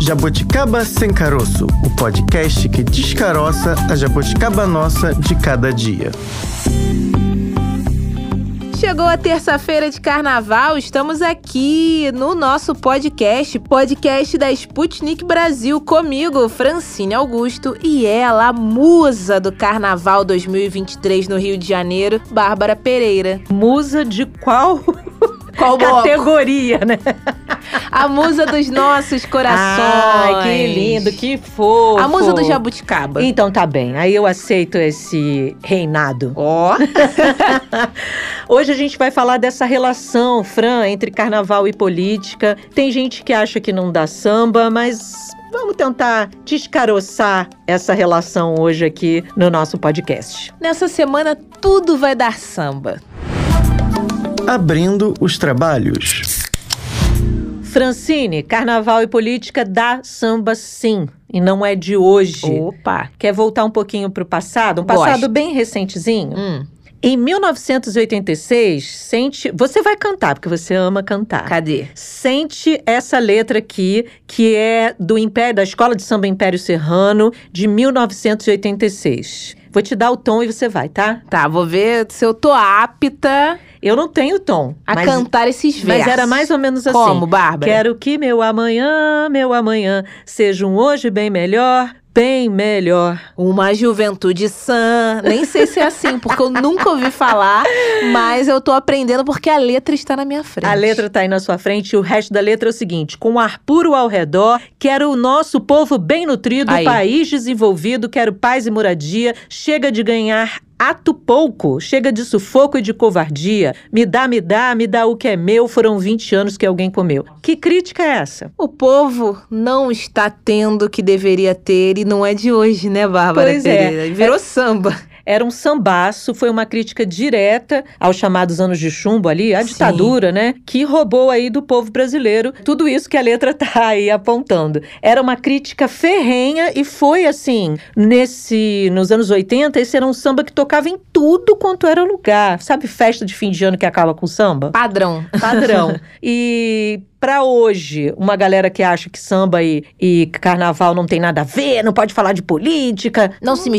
Jabuticaba Sem Caroço, o podcast que descaroça a jabuticaba nossa de cada dia. Chegou a terça-feira de carnaval, estamos aqui no nosso podcast da Sputnik Brasil, comigo, Francine Augusto, e ela, a musa do Carnaval 2023 no Rio de Janeiro, Bárbara Pereira. Musa de qual categoria, né? A musa dos nossos corações. Ai, que lindo, que fofo. A musa do jabuticaba. Então tá bem, aí eu aceito esse reinado. Ó. Hoje a gente vai falar dessa relação, Fran, entre carnaval e política. Tem gente que acha que não dá samba, mas vamos tentar descaroçar essa relação hoje aqui no nosso podcast. Nessa semana tudo vai dar samba. Abrindo os trabalhos. Francine, carnaval e política dá samba sim, e não é de hoje. Opa! Quer voltar um pouquinho pro passado? Um passado bem recentezinho? Em 1986, você vai cantar, porque você ama cantar. Cadê? Sente essa letra aqui, que é da Escola de Samba Império Serrano, de 1986. Vou te dar o tom e você vai, tá? Tá, vou ver se eu tô apta Eu não tenho tom. a cantar esses versos. Mas era mais ou menos assim. Como, Bárbara? Quero que meu amanhã, seja um hoje bem melhor. Bem melhor. Uma juventude sã. Nem sei se é assim, porque eu nunca ouvi falar, mas eu tô aprendendo porque a letra está na minha frente. A letra tá aí na sua frente e o resto da letra é o seguinte: com ar puro ao redor, quero o nosso povo bem nutrido, país desenvolvido, quero paz e moradia, chega de ganhar ato pouco, chega de sufoco e de covardia, me dá o que é meu, foram 20 anos que alguém comeu. Que crítica é essa? O povo não está tendo o que deveria ter e não é de hoje, né, Bárbara Pereira? Virou samba. Era um sambaço, foi uma crítica direta aos chamados anos de chumbo ali, a ditadura, né? Que roubou aí do povo brasileiro tudo isso que a letra tá aí apontando. Era uma crítica ferrenha e foi assim, nos anos 80, esse era um samba que tocava em tudo quanto era lugar. Sabe festa de fim de ano que acaba com samba? Padrão. E pra hoje, uma galera que acha que samba e carnaval não tem nada a ver, não pode falar de política. Não se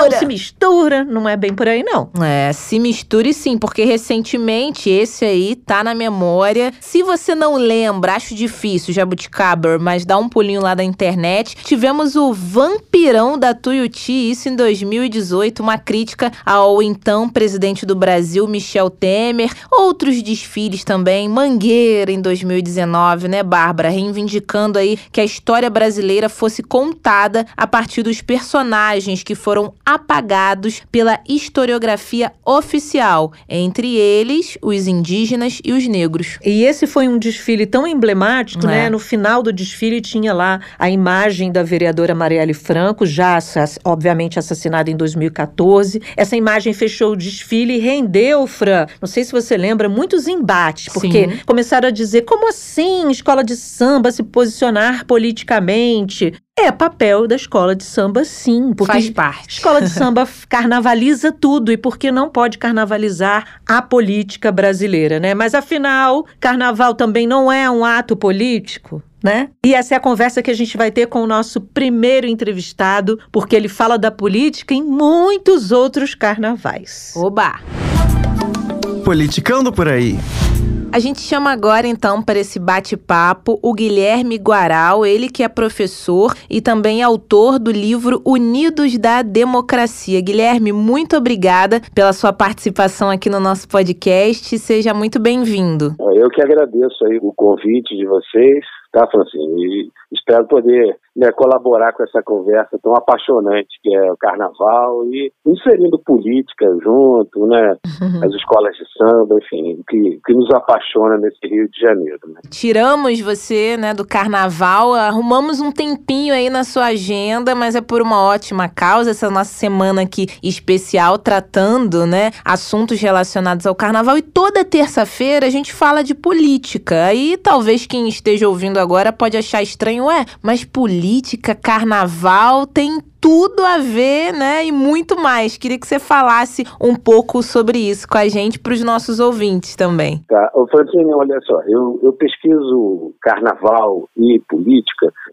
mistura. Não é bem por aí, não. É, se misture sim, porque recentemente esse aí tá na memória. Se você não lembra, acho difícil, Jabuticaba, mas dá um pulinho lá da internet. Tivemos o Vampirão da Tuiuti, isso em 2018, uma crítica ao então presidente do Brasil, Michel Temer. Outros desfiles também, Mangueira em 2019, né, Bárbara? Reivindicando aí que a história brasileira fosse contada a partir dos personagens que foram apagados pela historiografia oficial, entre eles os indígenas e os negros. E esse foi um desfile tão emblemático, né? No final do desfile tinha lá a imagem da vereadora Marielle Franco, já obviamente assassinada em 2014. Essa imagem fechou o desfile e rendeu, Fran, não sei se você lembra, muitos embates, porque começaram a dizer, como assim escola de samba se posicionar politicamente? É papel da escola de samba, sim. Porque faz parte. Escola de samba carnavaliza tudo. E por que não pode carnavalizar a política brasileira, né? Mas, afinal, carnaval também não é um ato político, né? E essa é a conversa que a gente vai ter com o nosso primeiro entrevistado, porque ele fala da política em muitos outros carnavais. Oba! Politicando por aí. A gente chama agora, então, para esse bate-papo o Guilherme Guaral, ele que é professor e também autor do livro Unidos da Democracia. Guilherme, muito obrigada pela sua participação aqui no nosso podcast. Seja muito bem-vindo. Eu que agradeço aí o convite de vocês, tá, Francine? E espero poder colaborar com essa conversa tão apaixonante que é o carnaval e inserindo política junto, né? As escolas de samba, enfim, que nos apaixona nesse Rio de Janeiro, né? Tiramos você, né, do carnaval, arrumamos um tempinho aí na sua agenda, mas é por uma ótima causa, essa nossa semana aqui especial tratando, né, assuntos relacionados ao carnaval, e toda terça-feira a gente fala de política. Aí talvez quem esteja ouvindo agora pode achar estranho, mas política, carnaval, tem tudo a ver, né? E muito mais. Queria que você falasse um pouco sobre isso com a gente, para os nossos ouvintes também. Tá. Ô, Francine, olha só, eu pesquiso carnaval e política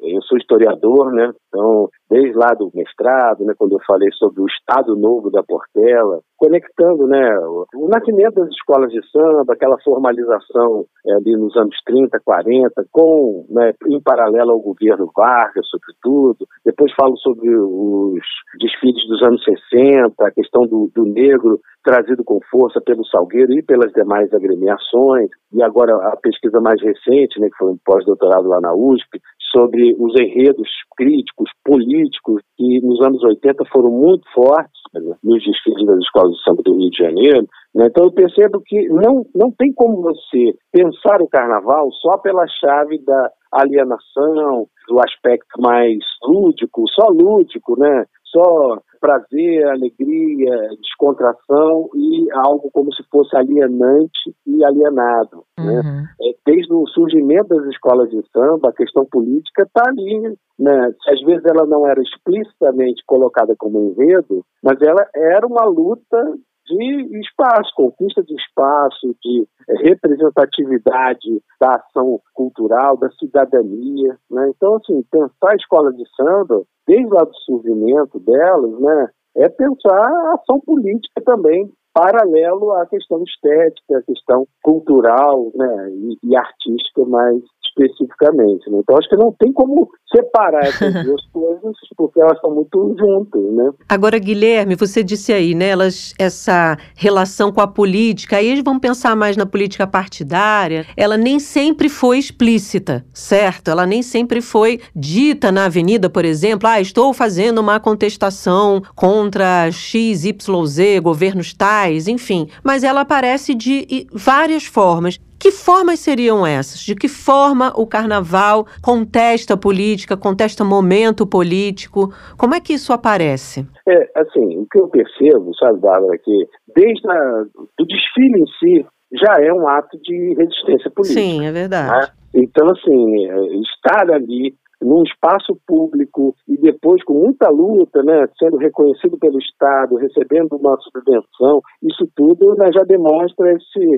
eu sou historiador, né? Então, desde lá do mestrado, né, quando eu falei sobre o Estado Novo da Portela, conectando, né, o nascimento das escolas de samba, aquela formalização ali nos anos 30, 40, com, né, em paralelo ao governo Vargas, sobretudo. Depois falo sobre os desfiles dos anos 60, a questão do negro trazido com força pelo Salgueiro e pelas demais agremiações. E agora a pesquisa mais recente, né, que foi um pós-doutorado lá na USP, sobre os enredos críticos, políticos, que nos anos 80 foram muito fortes, né, nos desfiles das escolas de samba do Rio de Janeiro. Né? Então eu percebo que não tem como você pensar o carnaval só pela chave da alienação, do aspecto mais lúdico, só lúdico, né? Só prazer, alegria, descontração e algo como se fosse alienante e alienado. Né? Desde o surgimento das escolas de samba, a questão política está ali. Né? Às vezes ela não era explicitamente colocada como enredo, mas ela era uma luta de espaço, conquista de espaço, de representatividade da ação cultural, da cidadania. Né? Então, assim, pensar a escola de samba, desde lá do surgimento delas, né, é pensar a ação política também, paralelo à questão estética, à questão cultural, né, e artística mais especificamente. Né? Então, acho que não tem como separar essas duas coisas, porque elas estão muito juntas, né? Agora, Guilherme, você disse aí, né, essa relação com a política, aí vamos pensar mais na política partidária, ela nem sempre foi explícita, certo? Ela nem sempre foi dita na avenida, por exemplo, estou fazendo uma contestação contra XYZ, governos tais, enfim, mas ela aparece de várias formas. Que formas seriam essas? De que forma o carnaval contesta a política, contesta momento político? Como é que isso aparece? Assim, o que eu percebo, sabe, Bárbara, que desde o desfile em si já é um ato de resistência política. Sim, é verdade. Né? Então, assim, estar ali num espaço público e depois com muita luta, né, sendo reconhecido pelo Estado, recebendo uma subvenção, isso tudo, né, já demonstra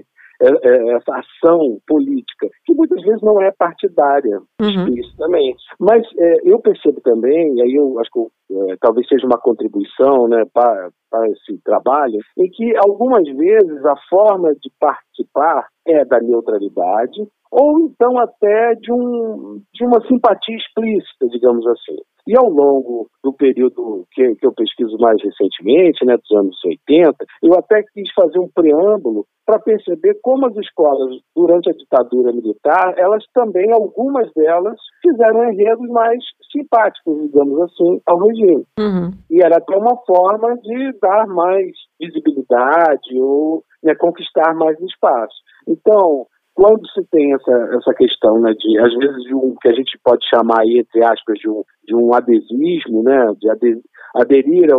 essa ação política, que muitas vezes não é partidária, explicitamente. Mas eu percebo também, e aí eu acho que talvez seja uma contribuição, né, para esse trabalho, em que algumas vezes a forma de participar é da neutralidade, ou então até de uma simpatia explícita, digamos assim. E ao longo do período que eu pesquiso mais recentemente, né, dos anos 80, eu até quis fazer um preâmbulo para perceber como as escolas, durante a ditadura militar, elas também, algumas delas, fizeram enredos mais simpáticos, digamos assim, ao regime. E era até uma forma de dar mais visibilidade ou, né, conquistar mais espaço. Então, quando se tem essa questão, né, de, às vezes, de que a gente pode chamar aí, entre aspas, de um adesismo, né, de aderir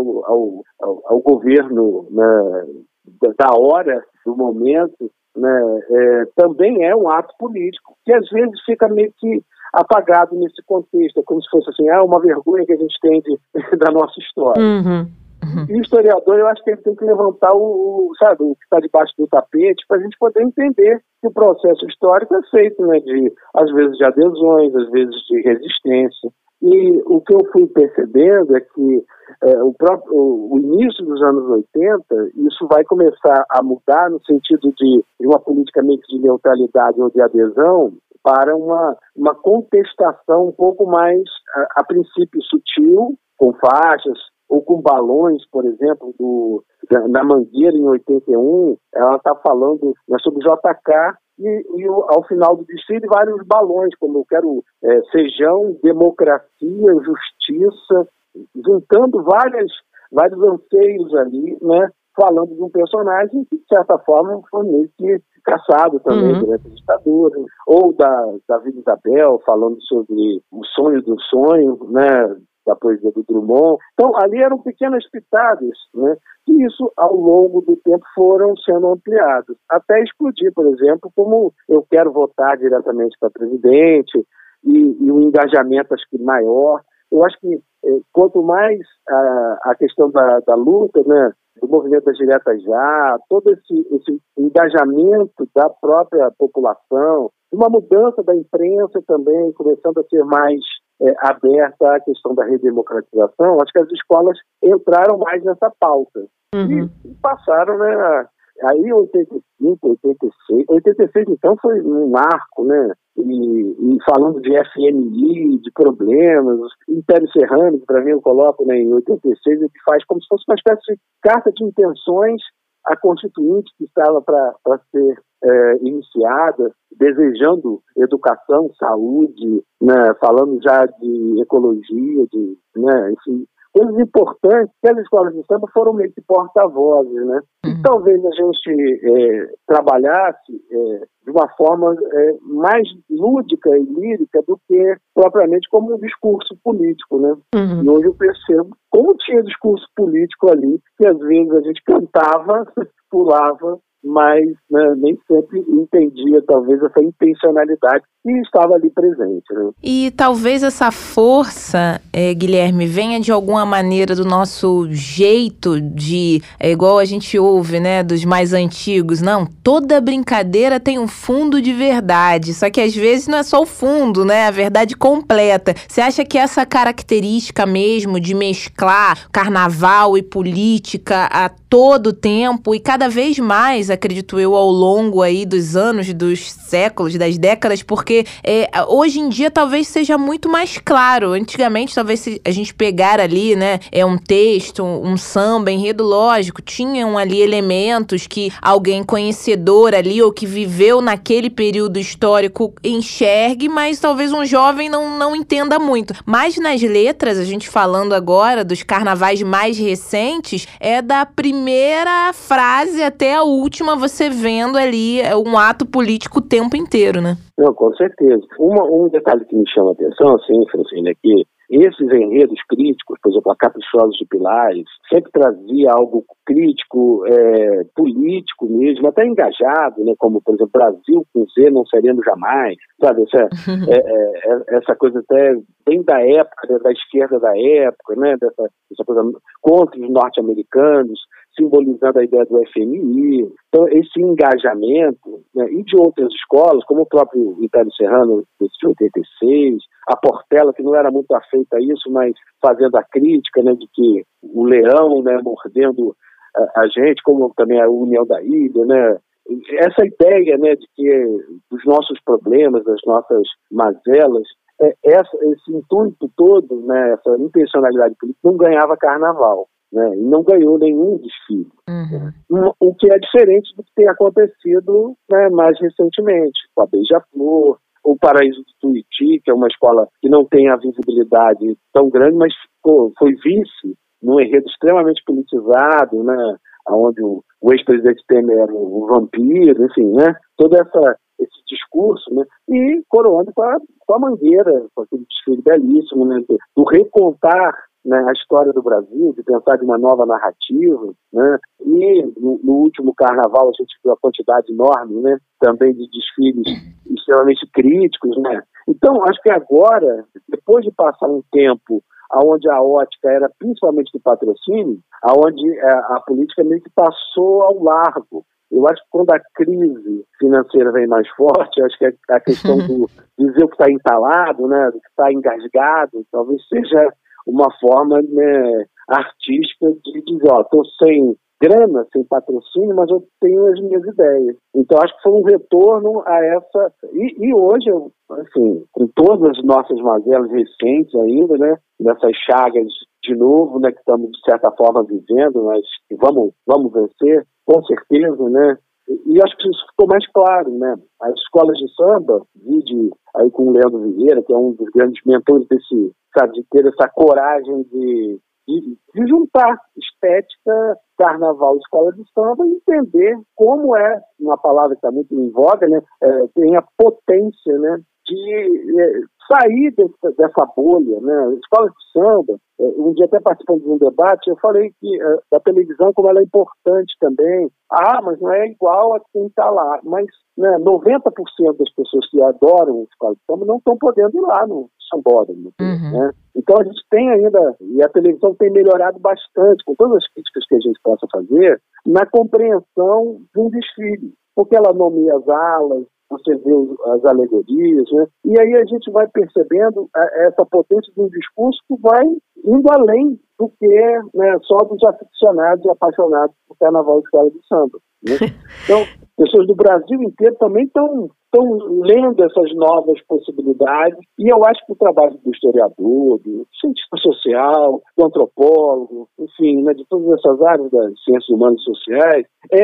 ao governo, né, da hora, do momento, né, também é um ato político, que às vezes fica meio que apagado nesse contexto, é como se fosse assim, uma vergonha que a gente tem da nossa história. E o historiador, eu acho que ele tem que levantar o que está debaixo do tapete para a gente poder entender que o processo histórico é feito, né, às vezes de adesões, às vezes de resistência. E o que eu fui percebendo é que o início dos anos 80, isso vai começar a mudar no sentido de uma política meio que de neutralidade ou de adesão para uma contestação um pouco mais, a princípio, sutil, com faixas, ou com balões, por exemplo, na Mangueira, em 81, ela está falando, né, sobre JK, e ao final do desfile, vários balões, como eu quero feijão, democracia, justiça, juntando vários anseios ali, né, falando de um personagem que, de certa forma, foi meio que caçado também durante a ditadura, ou da Vila Isabel, falando sobre o sonho do sonho, né, da poesia do Drummond. Então, ali eram pequenas pitadas, né, que isso, ao longo do tempo, foram sendo ampliadas, até explodir, por exemplo, como eu quero votar diretamente para presidente, e o engajamento, acho que, maior. Eu acho que, quanto mais a questão da luta, né, do movimento das diretas já, todo esse engajamento da própria população, uma mudança da imprensa também, começando a ser mais aberta à questão da redemocratização, acho que as escolas entraram mais nessa pauta. E passaram, né? Aí 85, 86 então foi um marco, né? E falando de FMI, de problemas, Império Serrano, que para mim eu coloco, né, em 86, que faz como se fosse uma espécie de carta de intenções à Constituinte que estava para ser iniciada, desejando educação, saúde, né, falando já de ecologia, enfim, coisas importantes que as escolas de samba foram meio que porta-vozes, né? E talvez a gente trabalhasse de uma forma mais lúdica e lírica do que propriamente como um discurso político, né? E hoje eu percebo como tinha discurso político ali, que às vezes a gente cantava, pulava, mas nem sempre entendia, talvez, essa intencionalidade que estava ali presente, né? E talvez essa força, Guilherme, venha de alguma maneira do nosso jeito de, igual a gente ouve, né, dos mais antigos, não, toda brincadeira tem um fundo de verdade, só que às vezes não é só o fundo, né, a verdade completa. Você acha que essa característica mesmo de mesclar carnaval e política a todo tempo e cada vez mais, acredito eu, ao longo aí dos anos, dos séculos, das décadas, porque hoje em dia talvez seja muito mais claro. Antigamente, talvez se a gente pegar ali, né, um texto, um samba, enredo, lógico, tinham ali elementos que alguém conhecedor ali ou que viveu naquele período histórico enxergue, mas talvez um jovem não entenda muito. Mas nas letras, a gente falando agora dos carnavais mais recentes, é da primeira frase até a última, você vendo ali um ato político o tempo inteiro, né? Não, com certeza. Um detalhe que me chama a atenção, assim, Francine, é que esses enredos críticos, por exemplo, a Caprichosos de Pilares, sempre trazia algo crítico, político mesmo, até engajado, né? Como, por exemplo, Brasil com Z não seremos jamais, sabe? Essa coisa até bem da época, da esquerda da época, né? Dessa coisa contra os norte-americanos, simbolizando a ideia do FMI. Então, esse engajamento, né, e de outras escolas, como o próprio Império Serrano de 86, a Portela, que não era muito afeita a isso, mas fazendo a crítica, né, de que o leão, né, mordendo a gente, como também a União da Ilha, né, essa ideia, né, de que dos nossos problemas, das nossas mazelas, esse intuito todo, né, essa intencionalidade política não ganhava carnaval. Né, e não ganhou nenhum desfile. O que é diferente do que tem acontecido, né, mais recentemente, com a Beija-Flor, o Paraíso do Tuiuti, que é uma escola que não tem a visibilidade tão grande, mas foi vice num enredo extremamente politizado, né, onde o ex-presidente Temer era o vampiro, enfim, né, todo esse discurso, né, e coroando com a Mangueira, com aquele desfile belíssimo, né, do recontar, né, a história do Brasil, de pensar de uma nova narrativa, né? E no último carnaval a gente viu a quantidade enorme, né, também de desfiles extremamente críticos, né? Então, acho que agora, depois de passar um tempo onde a ótica era principalmente do patrocínio, onde a política meio que passou ao largo. Eu acho que quando a crise financeira vem mais forte, acho que a questão do dizer o que está entalado, né, do que está engasgado, talvez seja uma forma, né, artística de dizer, estou sem grana, sem patrocínio, mas eu tenho as minhas ideias. Então, acho que foi um retorno a essa... E hoje, assim, com todas as nossas mazelas recentes ainda, né, dessas chagas de novo, né, que estamos, de certa forma, vivendo, mas vamos vencer, com certeza, né? E acho que isso ficou mais claro, né? As escolas de samba, vide aí com o Leandro Vieira, que é um dos grandes mentores desse, sabe, de ter essa coragem de juntar estética, carnaval e escola de samba e entender como é, uma palavra que está muito em voga, né? Tem a potência, né, de sair dessa bolha, né? Escola de samba, um dia até participando de um debate, eu falei que da televisão, como ela é importante também. Mas não é igual a quem está lá. Mas, né, 90% das pessoas que adoram escola de samba não estão podendo ir lá no sambódromo, né? Então a gente tem ainda, e a televisão tem melhorado bastante, com todas as críticas que a gente possa fazer, na compreensão de um desfile. Porque ela nomeia as alas, você vê as alegorias, né? E aí a gente vai percebendo essa potência de um discurso que vai indo além do que, né, só dos aficionados e apaixonados por carnaval e escola de samba, né? Então, pessoas do Brasil inteiro também estão lendo essas novas possibilidades, e eu acho que o trabalho do historiador, do cientista social, do antropólogo, enfim, né, de todas essas áreas das ciências humanas e sociais,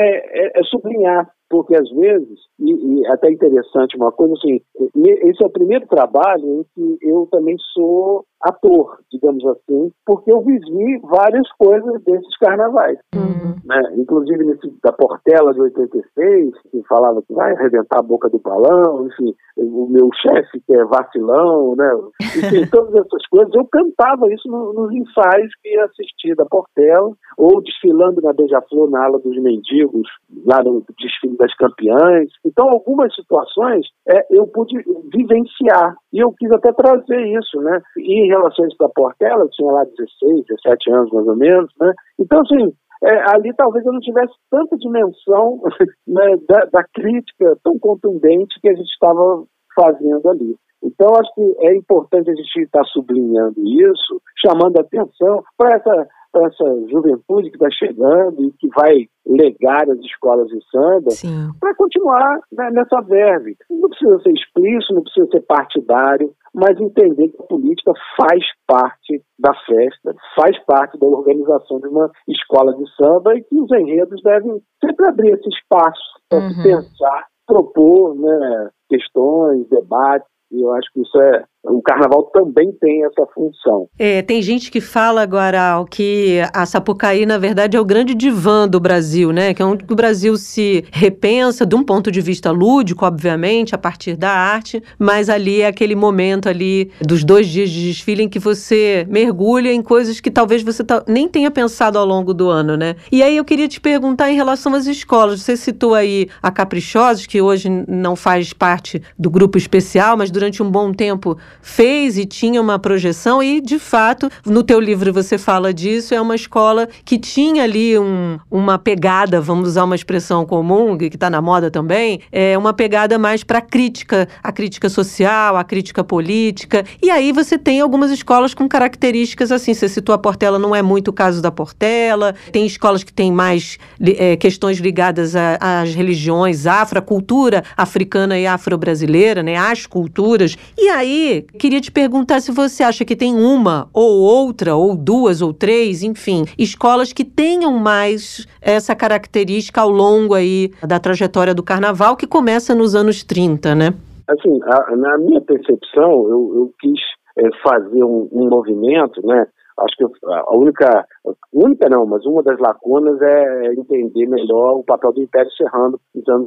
é sublinhar, porque às vezes, e até interessante uma coisa assim, esse é o primeiro trabalho em que eu também sou ator, digamos assim, porque eu vivi várias coisas desses carnavais. Né? Inclusive nesse da Portela de 86, que falava que vai arrebentar a boca do balão, enfim, o meu chefe que é vacilão, né? Enfim, todas essas coisas, eu cantava isso nos ensaios que ia assistir da Portela, ou desfilando na Beija-Flor, na ala dos mendigos, lá no desfile das campeãs. Então, algumas situações eu pude vivenciar, e eu quis até trazer isso, né? E em relação a isso da Portela, eu tinha lá 16, 17 anos mais ou menos, né? Então, assim, ali talvez eu não tivesse tanta dimensão, né, da crítica tão contundente que a gente estava fazendo ali. Então, acho que é importante a gente estar sublinhando isso, chamando a atenção para essa juventude que está chegando e que vai legar as escolas de samba, para continuar, né, nessa verve. Não precisa ser explícito, não precisa ser partidário, mas entender que a política faz parte da festa, faz parte da organização de uma escola de samba, e que os enredos devem sempre abrir esse espaço para se pensar, propor, né, questões, debates. E eu acho que o carnaval também tem essa função. Tem gente que fala, agora que a Sapucaí, na verdade, é o grande divã do Brasil, né? Que é onde o Brasil se repensa, de um ponto de vista lúdico, obviamente, a partir da arte, mas ali é aquele momento ali dos 2 dias de desfile em que você mergulha em coisas que talvez você nem tenha pensado ao longo do ano, né? E aí eu queria te perguntar em relação às escolas. Você citou aí a Caprichosos, que hoje não faz parte do grupo especial, mas durante um bom tempo fez e tinha uma projeção, e de fato, no teu livro você fala disso, é uma escola que tinha ali uma pegada, vamos usar uma expressão comum, que está na moda também, uma pegada mais para a crítica social, a crítica política, e aí você tem algumas escolas com características assim, você citou a Portela, não é muito o caso da Portela, tem escolas que têm mais questões ligadas às religiões a cultura africana e afro-brasileira, né, as culturas, e aí queria te perguntar se você acha que tem uma ou outra, ou 2 ou 3, enfim, escolas que tenham mais essa característica ao longo aí da trajetória do carnaval, que começa nos anos 30, né? Assim, na minha percepção, eu quis fazer um movimento, né? Acho que a única não, mas uma das lacunas é entender melhor o papel do Império Serrano nos anos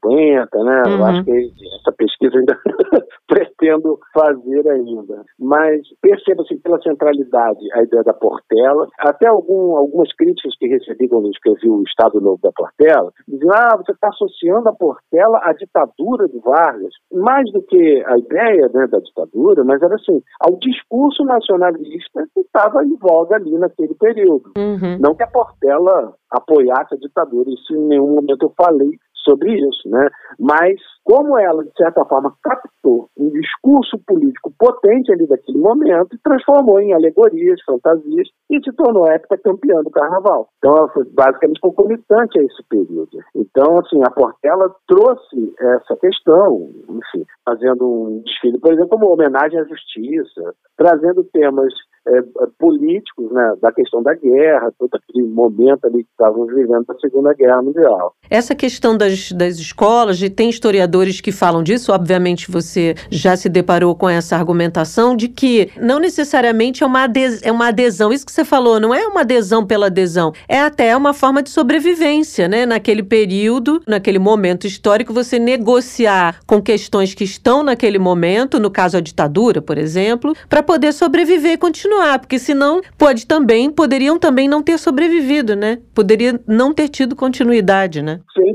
50, né? Eu acho que essa pesquisa ainda pretendo fazer ainda. Mas perceba, assim, pela centralidade, a ideia da Portela. Até algumas críticas que recebi quando eu escrevi o Estado Novo da Portela, diziam, você está associando a Portela à ditadura de Vargas. Mais do que a ideia, né, da ditadura, mas era assim, ao discurso nacionalista que estava em voga ali naquele período. Não que a Portela apoiasse a ditadura, isso em nenhum momento eu falei sobre isso, né? Mas como ela, de certa forma, captou um discurso político potente ali daquele momento e transformou em alegorias, fantasias, e se tornou heptacampeã do carnaval. Então ela foi basicamente concomitante a esse período. Então, assim, a Portela trouxe essa questão, enfim, fazendo um desfile, por exemplo, como homenagem à justiça, trazendo temas políticos, né, da questão da guerra, todo aquele momento ali que estávamos vivendo da Segunda Guerra Mundial. Essa questão das escolas, e tem historiadores que falam disso, obviamente você já se deparou com essa argumentação de que não necessariamente é uma adesão, isso que você falou, não é uma adesão pela adesão, é até uma forma de sobrevivência, né, naquele período, naquele momento histórico, você negociar com questões que estão naquele momento, no caso a ditadura, por exemplo, para poder sobreviver e continuar, porque senão poderiam também não ter sobrevivido, né? Poderia não ter tido continuidade, né? Sim, como por exemplo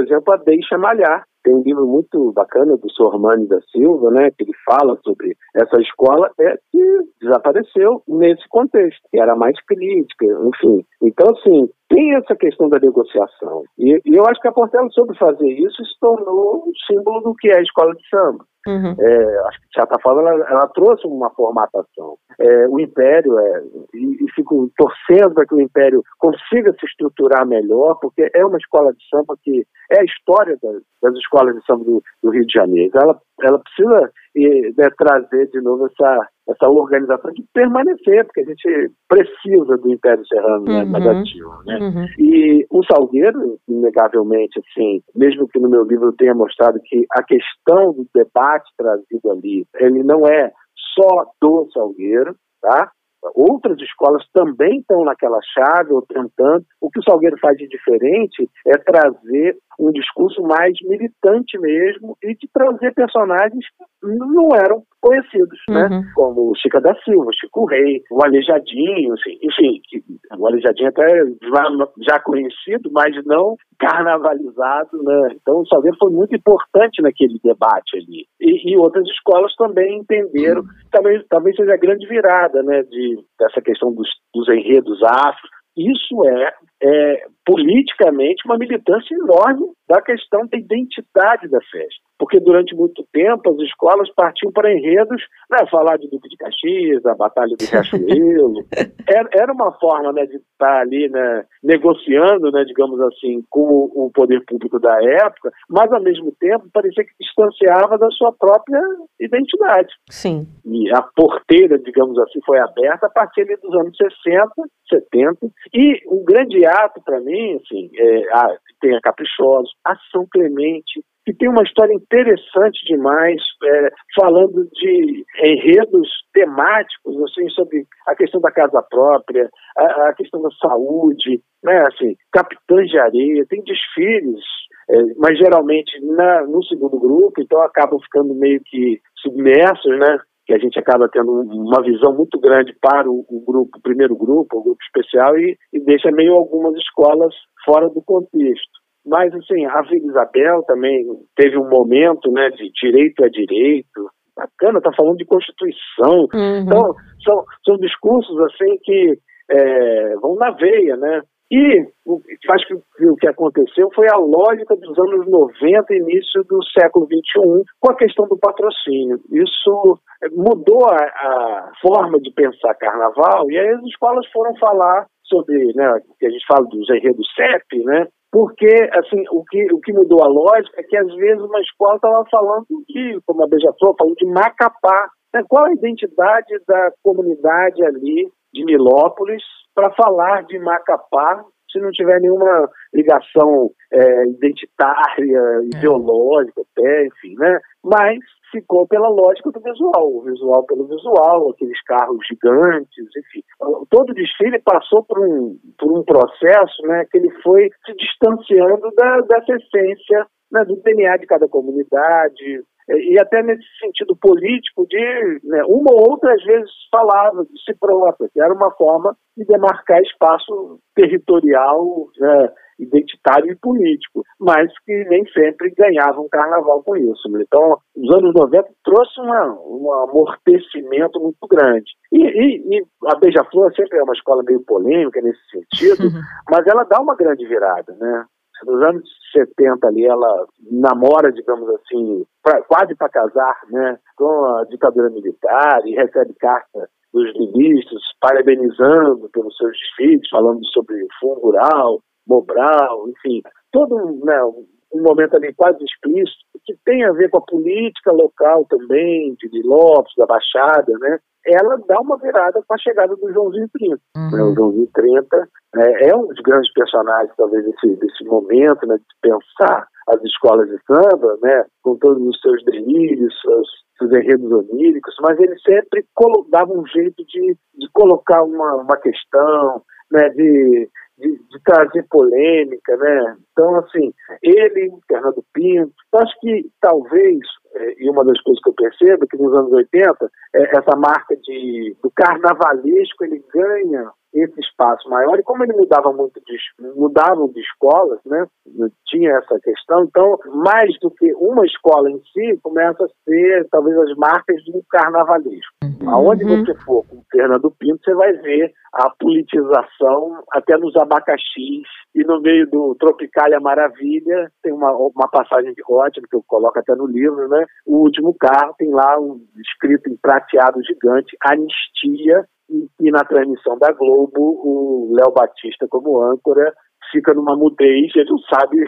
exemplo, a Deixa Malhar. Tem um livro muito bacana do Sormani da Silva, né, que ele fala sobre essa escola que desapareceu nesse contexto, que era mais crítica, enfim. Então, assim, tem essa questão da negociação. E eu acho que a Portela soube fazer isso e se tornou um símbolo do que é a escola de samba. Acho que, de certa forma, ela trouxe uma formatação. O Império, e fico torcendo para que o Império consiga se estruturar melhor, porque é uma escola de samba que é a história das escolas de samba do Rio de Janeiro. Ela precisa trazer de novo essa organização de permanecer, porque a gente precisa do Império Serrano, né, mais ativo, né? E o Salgueiro, inegavelmente, assim, mesmo que no meu livro tenha mostrado que a questão do debate trazido ali, ele não é só do Salgueiro, tá? Outras escolas também estão naquela chave ou tentando. O que o Salgueiro faz de diferente é trazer um discurso mais militante mesmo e de trazer personagens que não eram conhecidos, né? Como o Chica da Silva, Chico Rei, o Aleijadinho, assim, enfim, o Aleijadinho até já conhecido, mas não carnavalizado, né? Então o Salgueiro foi muito importante naquele debate ali. E outras escolas também entenderam, talvez seja a grande virada, né, dessa questão dos enredos afros. Isso é politicamente uma militância enorme da questão da identidade da festa. Porque durante muito tempo as escolas partiam para enredos, né, falar de Duque de Caxias, a Batalha do Riachuelo. Era uma forma, né, de estar ali, né, negociando, né, digamos assim, com o poder público da época, mas ao mesmo tempo parecia que distanciava da sua própria identidade. Sim. E a porteira, digamos assim, foi aberta a partir ali dos anos 60, 70. E um grande ato para mim, assim, tem a Caprichosos, a São Clemente, que tem uma história interessante demais, falando de enredos temáticos, assim, sobre a questão da casa própria, a questão da saúde, né, assim, Capitães de Areia, tem desfiles, mas geralmente no segundo grupo, então acabam ficando meio que submersos, né, que a gente acaba tendo uma visão muito grande para o primeiro grupo, o grupo especial, e deixa meio algumas escolas fora do contexto. Mas, assim, a Vila Isabel também teve um momento, né, de direito a direito. Bacana, tá falando de Constituição. Então, são discursos, assim, que vão na veia, né? E acho que o que aconteceu foi a lógica dos anos 90 e início do século XXI, com a questão do patrocínio. Isso mudou a forma de pensar carnaval, e aí as escolas foram falar sobre, né, que a gente fala dos enredos CEP, né? Porque, assim, o que mudou a lógica é que, às vezes, uma escola estava falando como a Beija-Flor, falando de Macapá. Né? Qual a identidade da comunidade ali de Nilópolis para falar de Macapá se não tiver nenhuma ligação identitária, ideológica, até, enfim, né? Mas ficou pela lógica do visual, o visual pelo visual, aqueles carros gigantes, enfim. Todo o desfile passou por um processo, né, que ele foi se distanciando dessa essência, né, do DNA de cada comunidade, e até nesse sentido político de, né, uma ou outra às vezes falava de si própria, que era uma forma de demarcar espaço territorial, né, identitário e político, mas que nem sempre ganhavam carnaval com isso. Então, os anos 90 trouxe um amortecimento muito grande. E a Beija-Flor sempre é uma escola meio polêmica nesse sentido, mas ela dá uma grande virada, né? Nos anos 70 ali, ela namora, digamos assim, quase para casar, né, com a ditadura militar e recebe carta dos ministros parabenizando pelos seus desfiles, falando sobre fundo rural, Mobral, enfim, todo um momento ali quase explícito que tem a ver com a política local também, de Nilópolis, da Baixada, né? Ela dá uma virada com a chegada do Joãozinho 30. Né? O Joãozinho 30 é um dos grandes personagens, talvez, desse momento, né, de pensar as escolas de samba, né, com todos os seus delírios, seus enredos oníricos, mas ele sempre dava um jeito de colocar uma questão, né, de trazer polêmica, né? Então, assim, ele, Fernando Pinto, acho que talvez, e uma das coisas que eu percebo é que nos anos 80, essa marca do carnavalesco, ele ganha esse espaço maior, e como ele mudavam de escolas, né? Tinha essa questão, então, mais do que uma escola em si, começa a ser, talvez, as marcas de um carnavalismo. Aonde você for com Fernando Pinto, você vai ver a politização até nos abacaxis, e no meio do Tropicália Maravilha, tem uma passagem ótima, que eu coloco até no livro, né? O último carro tem lá escrito em prateado gigante, Anistia, e na transmissão da Globo, o Léo Batista como âncora fica numa mudez, ele não sabe.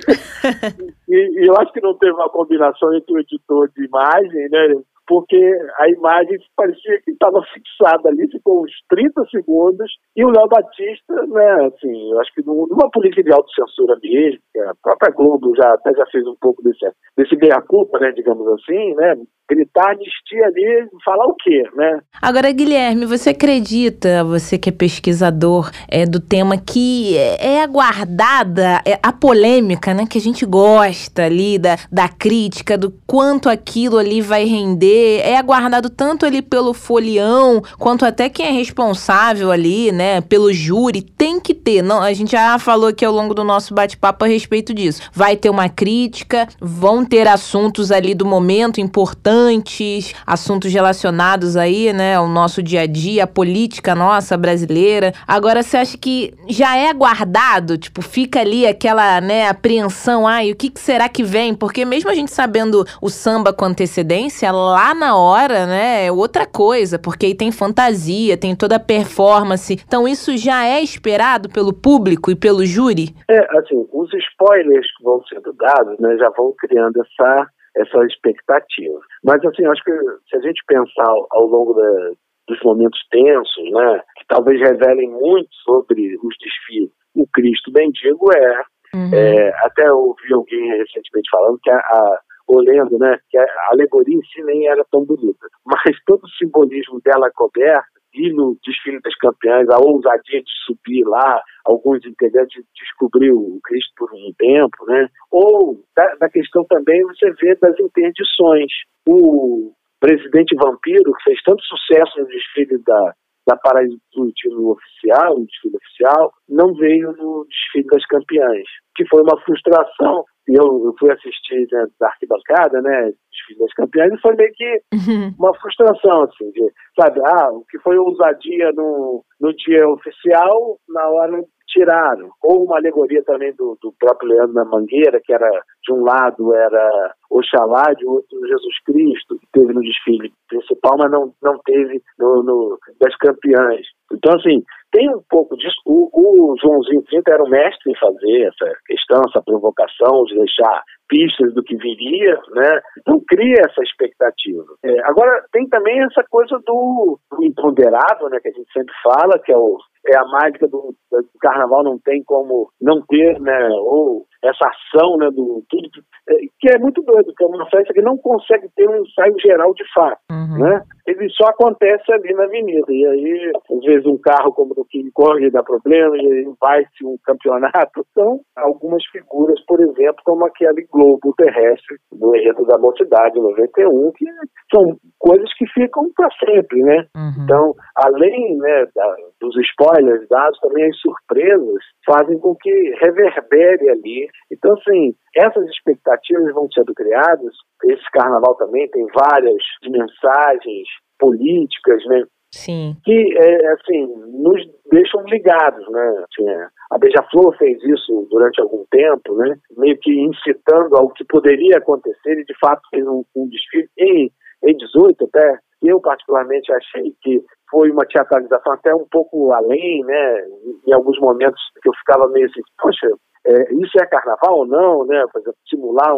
e eu acho que não teve uma combinação entre o editor de imagem, né? Porque a imagem parecia que estava fixada ali, ficou uns 30 segundos, e o Léo Batista, né, assim, eu acho que numa política de autocensura mesmo, que a própria Globo até já fez um pouco desse meia-culpa, né, digamos assim, né, gritar anistia ali, falar o quê, né? Agora, Guilherme, você acredita, você que é pesquisador do tema, que é aguardada a polêmica, né, que a gente gosta ali, da crítica, do quanto aquilo ali vai render, é aguardado tanto ali pelo folião, quanto até quem é responsável ali, né, pelo júri, tem que ter. Não, a gente já falou aqui ao longo do nosso bate-papo a respeito disso. Vai ter uma crítica, vão ter assuntos ali do momento importantes, assuntos relacionados aí, né, ao nosso dia a dia, a política nossa brasileira. Agora, você acha que já é aguardado? Tipo, fica ali aquela, né, apreensão, o que será que vem? Porque mesmo a gente sabendo o samba com antecedência, lá na hora, né, é outra coisa, porque aí tem fantasia, tem toda a performance. Então isso já é esperado pelo público e pelo júri? Assim, os spoilers que vão sendo dados, né, já vão criando essa expectativa. Mas, assim, acho que se a gente pensar ao longo dos momentos tensos, né, que talvez revelem muito sobre os desfiles, o Cristo Mendigo até ouvi alguém recentemente falando que olhando, né, que a alegoria em si nem era tão bonita, mas todo o simbolismo dela coberta, e no desfile das campeãs, a ousadia de subir lá, alguns integrantes descobriu o Cristo por um tempo, né, ou da questão também você vê das interdições. O Presidente Vampiro, que fez tanto sucesso no desfile da Paraíso oficial, o desfile oficial, não veio no desfile das campeãs, que foi uma frustração. Eu fui assistir, né, da arquibancada, né, desfile das campeãs, e foi meio que uma frustração, assim, sabe, o que foi ousadia no dia oficial, na hora tiraram. Ou uma alegoria também do próprio Leandro da Mangueira, que era, de um lado era Oxalá, de outro Jesus Cristo, que teve no desfile principal, mas não teve no das campeãs. Então, assim, tem um pouco disso. O Joãozinho 30 era o mestre em fazer essa questão, essa provocação, de deixar pistas do que viria, né? Então cria essa expectativa. Agora, tem também essa coisa do imponderável, né, que a gente sempre fala, que é a mágica do carnaval, não tem como não ter, né, ou essa ação, né, do tudo, que é muito doido, que é uma festa que não consegue ter um ensaio geral de fato, né? Ele só acontece ali na avenida, e aí, às vezes, um carro como no King Kong dá problema, e aí vai-se um campeonato. Então, algumas figuras, por exemplo, como aquele globo terrestre do Enredo da Mocidade, 91, que são coisas que ficam para sempre, né? Então, além, né, dos spoilers dados, também as surpresas fazem com que reverbere ali. Então, assim, essas expectativas vão sendo criadas. Esse carnaval também tem várias mensagens políticas, né? Sim. Que, assim, nos deixam ligados, né? Assim, a Beija-Flor fez isso durante algum tempo, né? Meio que incitando ao que poderia acontecer, e de fato fez um desfile em 18 até. Eu particularmente achei que foi uma teatralização até um pouco além, né? Em alguns momentos que eu ficava meio assim, poxa, isso é carnaval ou não, né? Por exemplo, simular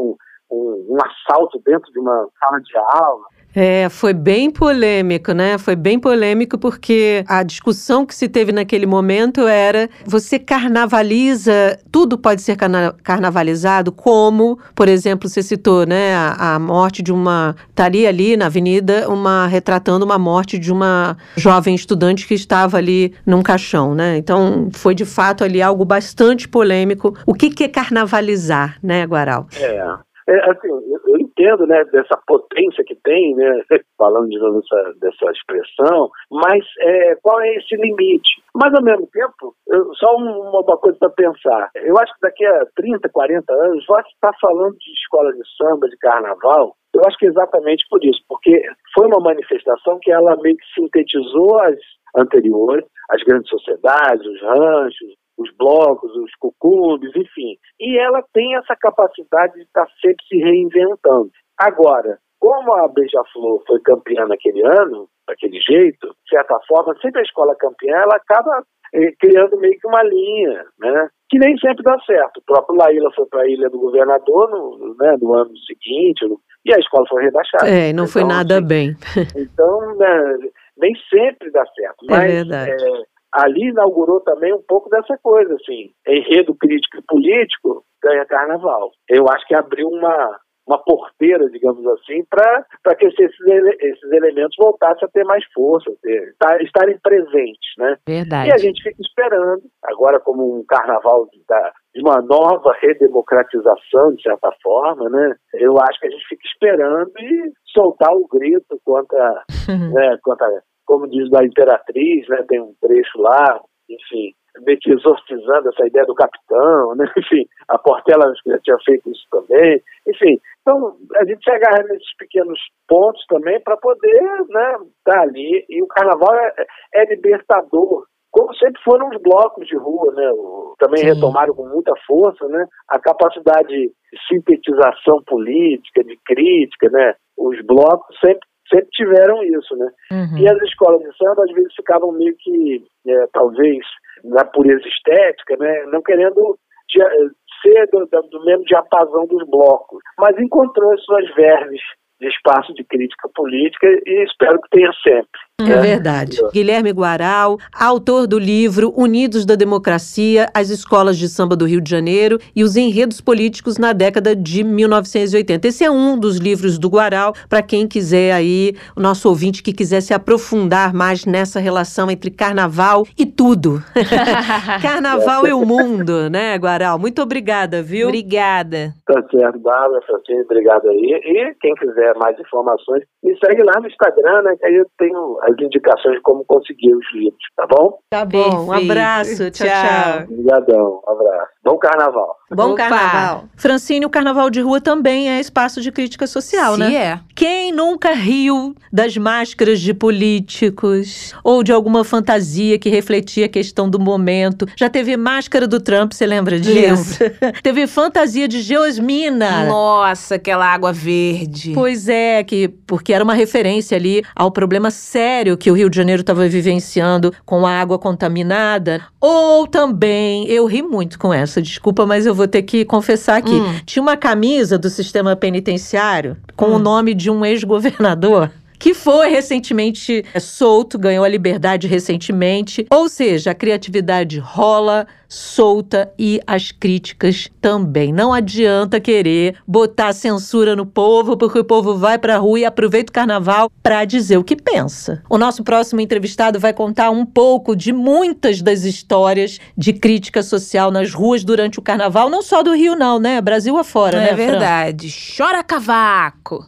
um assalto dentro de uma sala de aula. Foi bem polêmico, né? Foi bem polêmico porque a discussão que se teve naquele momento era: você carnavaliza, tudo pode ser carnavalizado, como, por exemplo, você citou, né? A morte de estaria ali na avenida, retratando uma morte de uma jovem estudante que estava ali num caixão, né? Então, foi de fato ali algo bastante polêmico. O que é carnavalizar, né, Guaral? Assim, eu entendo, né, dessa potência que tem, né, falando de novo dessa expressão, mas qual é esse limite? Mas, ao mesmo tempo, só uma coisa para pensar. Eu acho que daqui a 30, 40 anos, vai estar falando de escola de samba, de carnaval. Eu acho que é exatamente por isso, porque foi uma manifestação que ela meio que sintetizou as anteriores, as grandes sociedades, os ranchos, os blocos, os cucubes, enfim. E ela tem essa capacidade de estar sempre se reinventando. Agora, como a Beija-Flor foi campeã naquele ano, daquele jeito, de certa forma, sempre a escola campeã, ela acaba criando meio que uma linha, né? Que nem sempre dá certo. O próprio Laíla foi para a Ilha do Governador no ano seguinte, e a escola foi rebaixada. Não foi nada bem. Então, né, nem sempre dá certo. Mas, verdade. Ali inaugurou também um pouco dessa coisa, assim, enredo crítico e político ganha carnaval. Eu acho que abriu uma porteira, digamos assim, para que esses elementos voltassem a ter mais força, estarem presentes, né? Verdade. E a gente fica esperando, agora como um carnaval de uma nova redemocratização, de certa forma, né? Eu acho que a gente fica esperando e soltar o grito contra, né, como diz a Imperatriz, né? Tem um trecho lá, enfim, meio que exorcizando essa ideia do capitão, né? Enfim, a Portela já tinha feito isso também, enfim. Então, a gente se agarra nesses pequenos pontos também para poder, né, estar ali. E o carnaval é libertador, como sempre foram os blocos de rua, né? Também retomaram com muita força, né? A capacidade de sintetização política, de crítica, né? Os blocos sempre tiveram isso, né? E as escolas de samba, às vezes, ficavam meio que, talvez, na pureza estética, né? Não querendo ser do mesmo diapasão dos blocos, mas encontrou as suas verves de espaço de crítica política e espero que tenha sempre. É verdade. Guilherme Guaral, autor do livro Unidos da Democracia, as escolas de samba do Rio de Janeiro e os enredos políticos na década de 1980. Esse é um dos livros do Guaral, para quem quiser aí, o nosso ouvinte que quiser se aprofundar mais nessa relação entre carnaval e tudo. Carnaval e o mundo, né, Guaral? Muito obrigada, viu? Obrigada. Tá certo, Bárbara, Francine, obrigado aí. E quem quiser mais informações, me segue lá no Instagram, né, que aí eu tenho as indicações de como conseguir os livros, tá bom? Tá bom, um abraço, tchau. Obrigadão, um abraço. Bom carnaval. Bom carnaval. Francine, o carnaval de rua também é espaço de crítica social, né? É. Quem nunca riu das máscaras de políticos ou de alguma fantasia que refletia a questão do momento? Já teve máscara do Trump, você lembra disso? Teve fantasia de Geosmina. Nossa, aquela água verde. Pois é, porque era uma referência ali ao problema sério que o Rio de Janeiro estava vivenciando com a água contaminada. Ou também, eu ri muito com essa, desculpa, mas eu vou ter que confessar aqui. Tinha uma camisa do sistema penitenciário com o nome de um ex-governador que foi recentemente solto, ganhou a liberdade recentemente. Ou seja, a criatividade rola solta e as críticas também. Não adianta querer botar censura no povo, porque o povo vai pra rua e aproveita o carnaval para dizer o que pensa. O nosso próximo entrevistado vai contar um pouco de muitas das histórias de crítica social nas ruas durante o carnaval, não só do Rio não, né? Brasil afora, né, É verdade. Chora cavaco.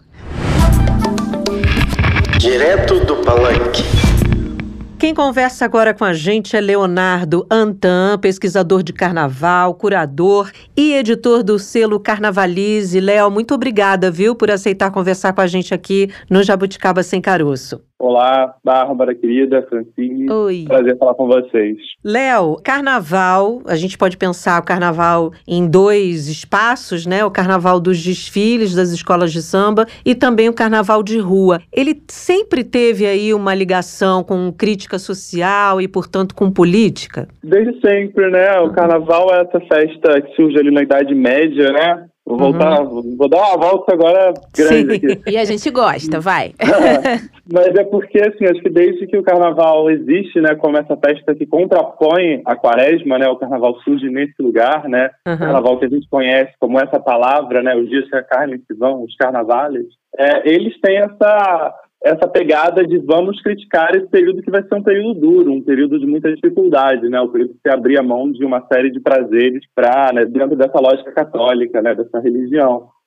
Direto do Palanque. Quem conversa agora com a gente é Leonardo Antan, pesquisador de carnaval, curador e editor do selo Carnavalize. Léo, muito obrigada, viu, por aceitar conversar com a gente aqui no Jabuticaba Sem Caroço. Olá, Bárbara, querida, Francine. Oi. Prazer falar com vocês. Léo, carnaval, a gente pode pensar o carnaval em dois espaços, né? O carnaval dos desfiles das escolas de samba e também o carnaval de rua. Ele sempre teve aí uma ligação com crítica social e, portanto, com política? Desde sempre, né? O carnaval é essa festa que surge ali na Idade Média, né? Vou dar uma volta agora grande aqui. E a gente gosta, vai. Mas é porque, assim, acho que desde que o carnaval existe, né, como essa festa que contrapõe a quaresma, né, o carnaval surge nesse lugar, né, o carnaval que a gente conhece como essa palavra, né, os dias que a carne se vão, os carnavales, eles têm essa pegada de vamos criticar esse período que vai ser um período duro, um período de muita dificuldade, né? O período que se abria mão de uma série de prazeres dentro dessa lógica católica, né? Dessa religião.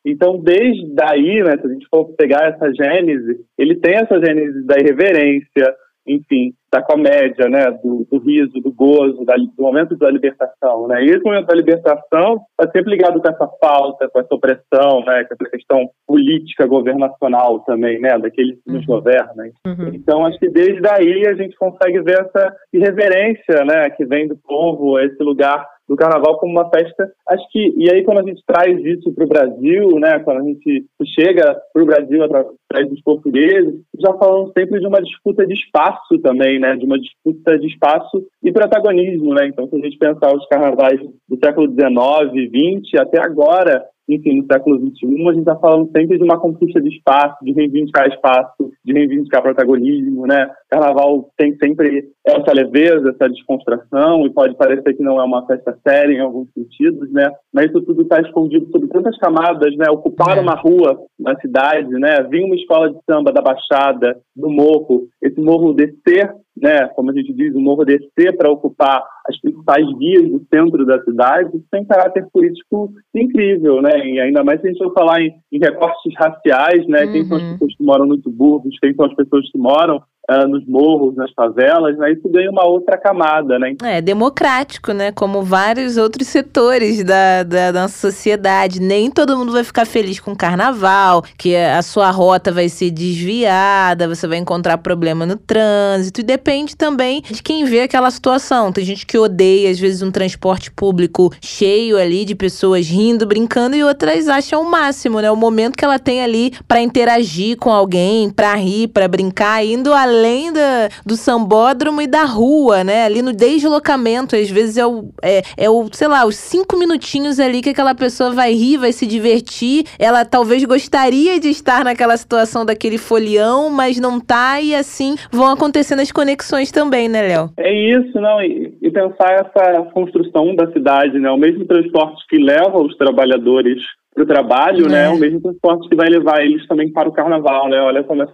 Então, desde daí, né, se a gente for pegar essa gênese, ele tem essa gênese da irreverência, enfim, da comédia, né, do riso, do gozo, do momento da libertação, né? E esse momento da libertação está sempre ligado com essa falta, com essa opressão, né, com essa questão política, governacional também, né, daqueles que nos governam. Então, acho que desde daí a gente consegue ver essa irreverência, né, que vem do povo, esse lugar do Carnaval como uma festa, acho que, e aí quando a gente traz isso para o Brasil, né, quando a gente chega para o Brasil através dos portugueses, já falamos sempre de uma disputa de espaço também, né, de uma disputa de espaço e protagonismo, né, então se a gente pensar os carnavais do século XIX, XX, até agora, enfim, no século XXI, a gente está falando sempre de uma conquista de espaço, de reivindicar espaço, de reivindicar protagonismo, né? Carnaval tem sempre essa leveza, essa descontração, e pode parecer que não é uma festa séria em alguns sentidos, né? Mas isso tudo está escondido sob tantas camadas, né? Ocupar uma rua na cidade, né? Vir uma escola de samba da Baixada, do morro, esse morro descer, né, como a gente diz, o morro descer para ocupar as principais vias do centro da cidade, isso tem caráter político incrível, né, e ainda mais se a gente for falar em recortes raciais, né, quem são as pessoas que moram nos subúrbios, quem são as pessoas que moram nos morros, nas favelas, né, isso ganha uma outra camada, né. É democrático, né, como vários outros setores da nossa sociedade. Nem todo mundo vai ficar feliz com o carnaval, que a sua rota vai ser desviada, você vai encontrar problema no trânsito, e depende também de quem vê aquela situação. Tem gente que odeia, às vezes, um transporte público cheio ali de pessoas rindo, brincando, e outras acham o máximo, né, o momento que ela tem ali para interagir com alguém, para rir, para brincar, indo além do sambódromo e da rua, né? Ali no deslocamento, às vezes sei lá, os 5 minutinhos ali que aquela pessoa vai rir, vai se divertir. Ela talvez gostaria de estar naquela situação daquele folião, mas não tá, e assim vão acontecendo as conexões também, né, Léo? É isso, não? E pensar essa construção da cidade, né? O mesmo transporte que leva os trabalhadores para o trabalho, né? O mesmo transporte que vai levar eles também para o carnaval, né? Olha como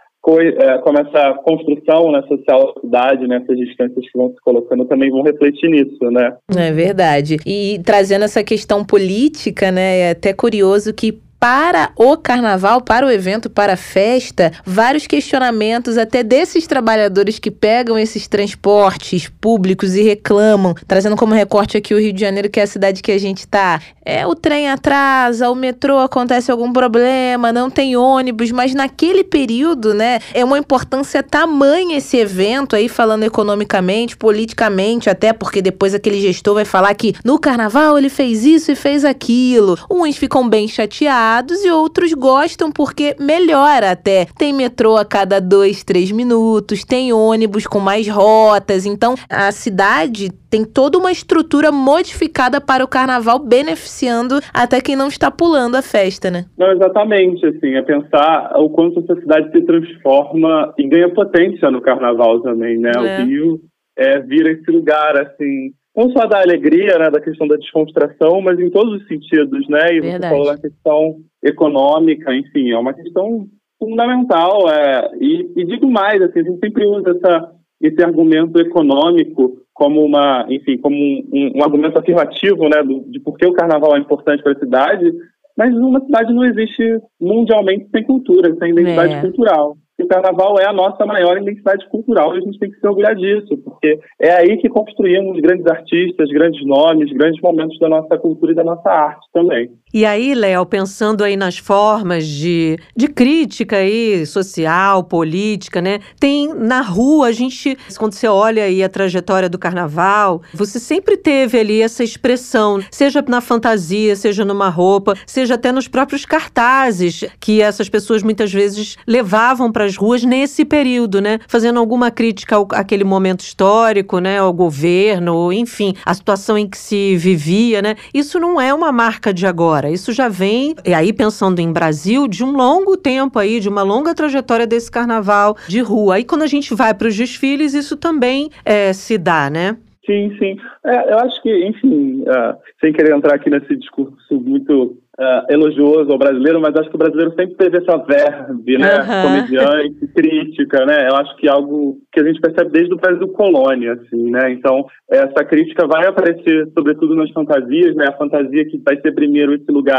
essa construção, né, social da cidade, né, essas distâncias que vão se colocando também vão refletir nisso, né? É verdade. E trazendo essa questão política, né, é até curioso que para o carnaval, para o evento, para a festa, vários questionamentos até desses trabalhadores que pegam esses transportes públicos e reclamam, trazendo como recorte aqui o Rio de Janeiro, que é a cidade que a gente tá. O trem atrasa, o metrô acontece algum problema, não tem ônibus, mas naquele período, né, é uma importância tamanha esse evento aí, falando economicamente, politicamente, até porque depois aquele gestor vai falar que no carnaval ele fez isso e fez aquilo. Uns ficam bem chateados e outros gostam porque melhora até. Tem metrô a cada 2-3 minutos, tem ônibus com mais rotas, então a cidade tem toda uma estrutura modificada para o carnaval, beneficiando até quem não está pulando a festa, né? Não, exatamente, assim, é pensar o quanto essa cidade se transforma e ganha potência no carnaval também, né? O Rio vira esse lugar, assim, não só da alegria, né, da questão da descontração, mas em todos os sentidos, né? E você falou da questão econômica, enfim, é uma questão fundamental. E digo mais, assim, a gente sempre usa esse argumento econômico como um argumento afirmativo, né, de por que o carnaval é importante para a cidade, mas uma cidade não existe mundialmente sem cultura, sem identidade cultural. O carnaval é a nossa maior identidade cultural e a gente tem que se orgulhar disso, porque é aí que construímos grandes artistas, grandes nomes, grandes momentos da nossa cultura e da nossa arte também. E aí, Léo, pensando aí nas formas de crítica aí, social, política, né? Tem na rua, a gente, quando você olha aí a trajetória do carnaval, você sempre teve ali essa expressão, seja na fantasia, seja numa roupa, seja até nos próprios cartazes, que essas pessoas muitas vezes levavam para as ruas nesse período, né? Fazendo alguma crítica àquele momento histórico, né? Ao governo, enfim, a situação em que se vivia, né? Isso não é uma marca de agora. Isso já vem, e aí pensando em Brasil, de um longo tempo aí, de uma longa trajetória desse carnaval de rua. Aí quando a gente vai para os desfiles, isso também se dá, né? Sim, sim. Eu acho que, enfim, sem querer entrar aqui nesse discurso muito elogioso ao brasileiro, mas acho que o brasileiro sempre teve essa verve, né, comediante, crítica, né, eu acho que é algo que a gente percebe desde o Brasil colônia, assim, né, então essa crítica vai aparecer sobretudo nas fantasias, né, a fantasia que vai ser primeiro esse lugar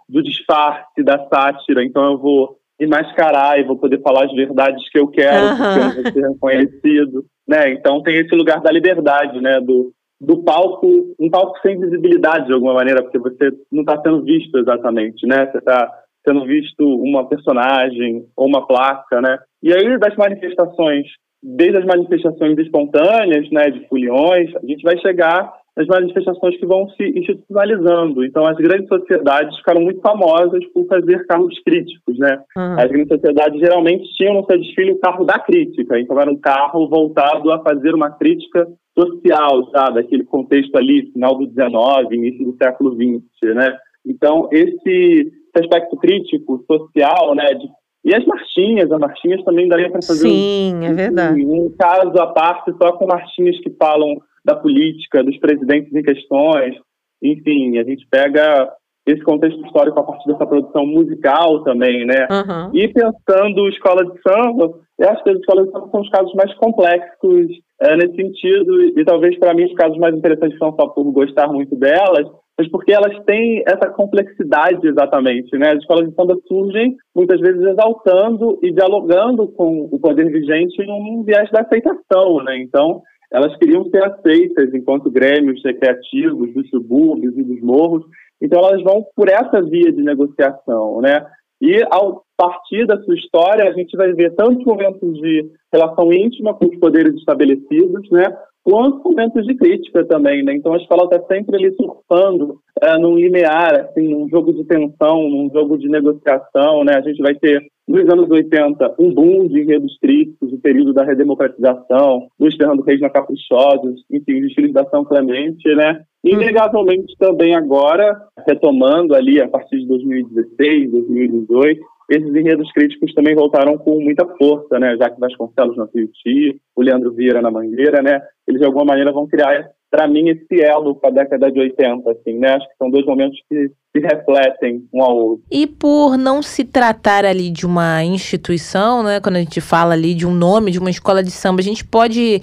do disfarce, da sátira. Então eu vou me mascarar e vou poder falar as verdades que eu quero, porque eu vou ser reconhecido, né? Então tem esse lugar da liberdade, né? Do palco, um palco sem visibilidade de alguma maneira, porque você não está sendo visto exatamente, né? Você está sendo visto uma personagem ou uma placa, né? E aí das manifestações, desde as manifestações espontâneas, né, de foliões, a gente vai chegar nas manifestações que vão se institucionalizando. Então, as grandes sociedades ficaram muito famosas por fazer carros críticos, né? As grandes sociedades geralmente tinham no seu desfile o carro da crítica. Então, era um carro voltado a fazer uma crítica social, sabe? Aquele contexto ali, final do XIX, início do século XX, né? Então, esse aspecto crítico, social, né, e as marchinhas também daria para fazer é verdade. Um caso à parte só com marchinhas que falam da política, dos presidentes em questões. Enfim, a gente pega esse contexto histórico a partir dessa produção musical também, né? E pensando escola de samba, eu acho que as escolas de samba são os casos mais complexos nesse sentido, e talvez para mim os casos mais interessantes não só por gostar muito delas, mas porque elas têm essa complexidade exatamente, né? As escolas de samba surgem muitas vezes exaltando e dialogando com o poder vigente num viés da aceitação, né? Então, elas queriam ser aceitas enquanto grêmios recreativos dos subúrbios e dos morros, então elas vão por essa via de negociação, né? E ao partir da sua história, a gente vai ver tantos momentos de relação íntima com os poderes estabelecidos, né? Quanto momentos de crítica também, né? Então a escola está sempre ali surfando num linear, assim, num jogo de tensão, num jogo de negociação, né? A gente vai ter, nos anos 80, um boom de enredos críticos, o período da redemocratização, dos Fernando Reis na Caprichosos, enfim, os filhos da São Clemente, né? Inegavelmente também agora, retomando ali a partir de 2016, 2018, esses enredos críticos também voltaram com muita força, né? Jacques Vasconcelos no Tuiuti, o Leandro Vieira na Mangueira, né? Eles de alguma maneira vão criar, para mim, esse elo com a década de 80, assim, né? Acho que são dois momentos que se refletem um ao outro. E por não se tratar ali de uma instituição, né? Quando a gente fala ali de um nome, de uma escola de samba, a gente pode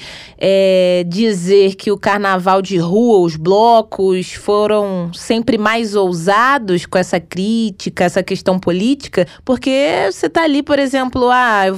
dizer que o carnaval de rua, os blocos, foram sempre mais ousados com essa crítica, essa questão política, porque você tá ali, por exemplo,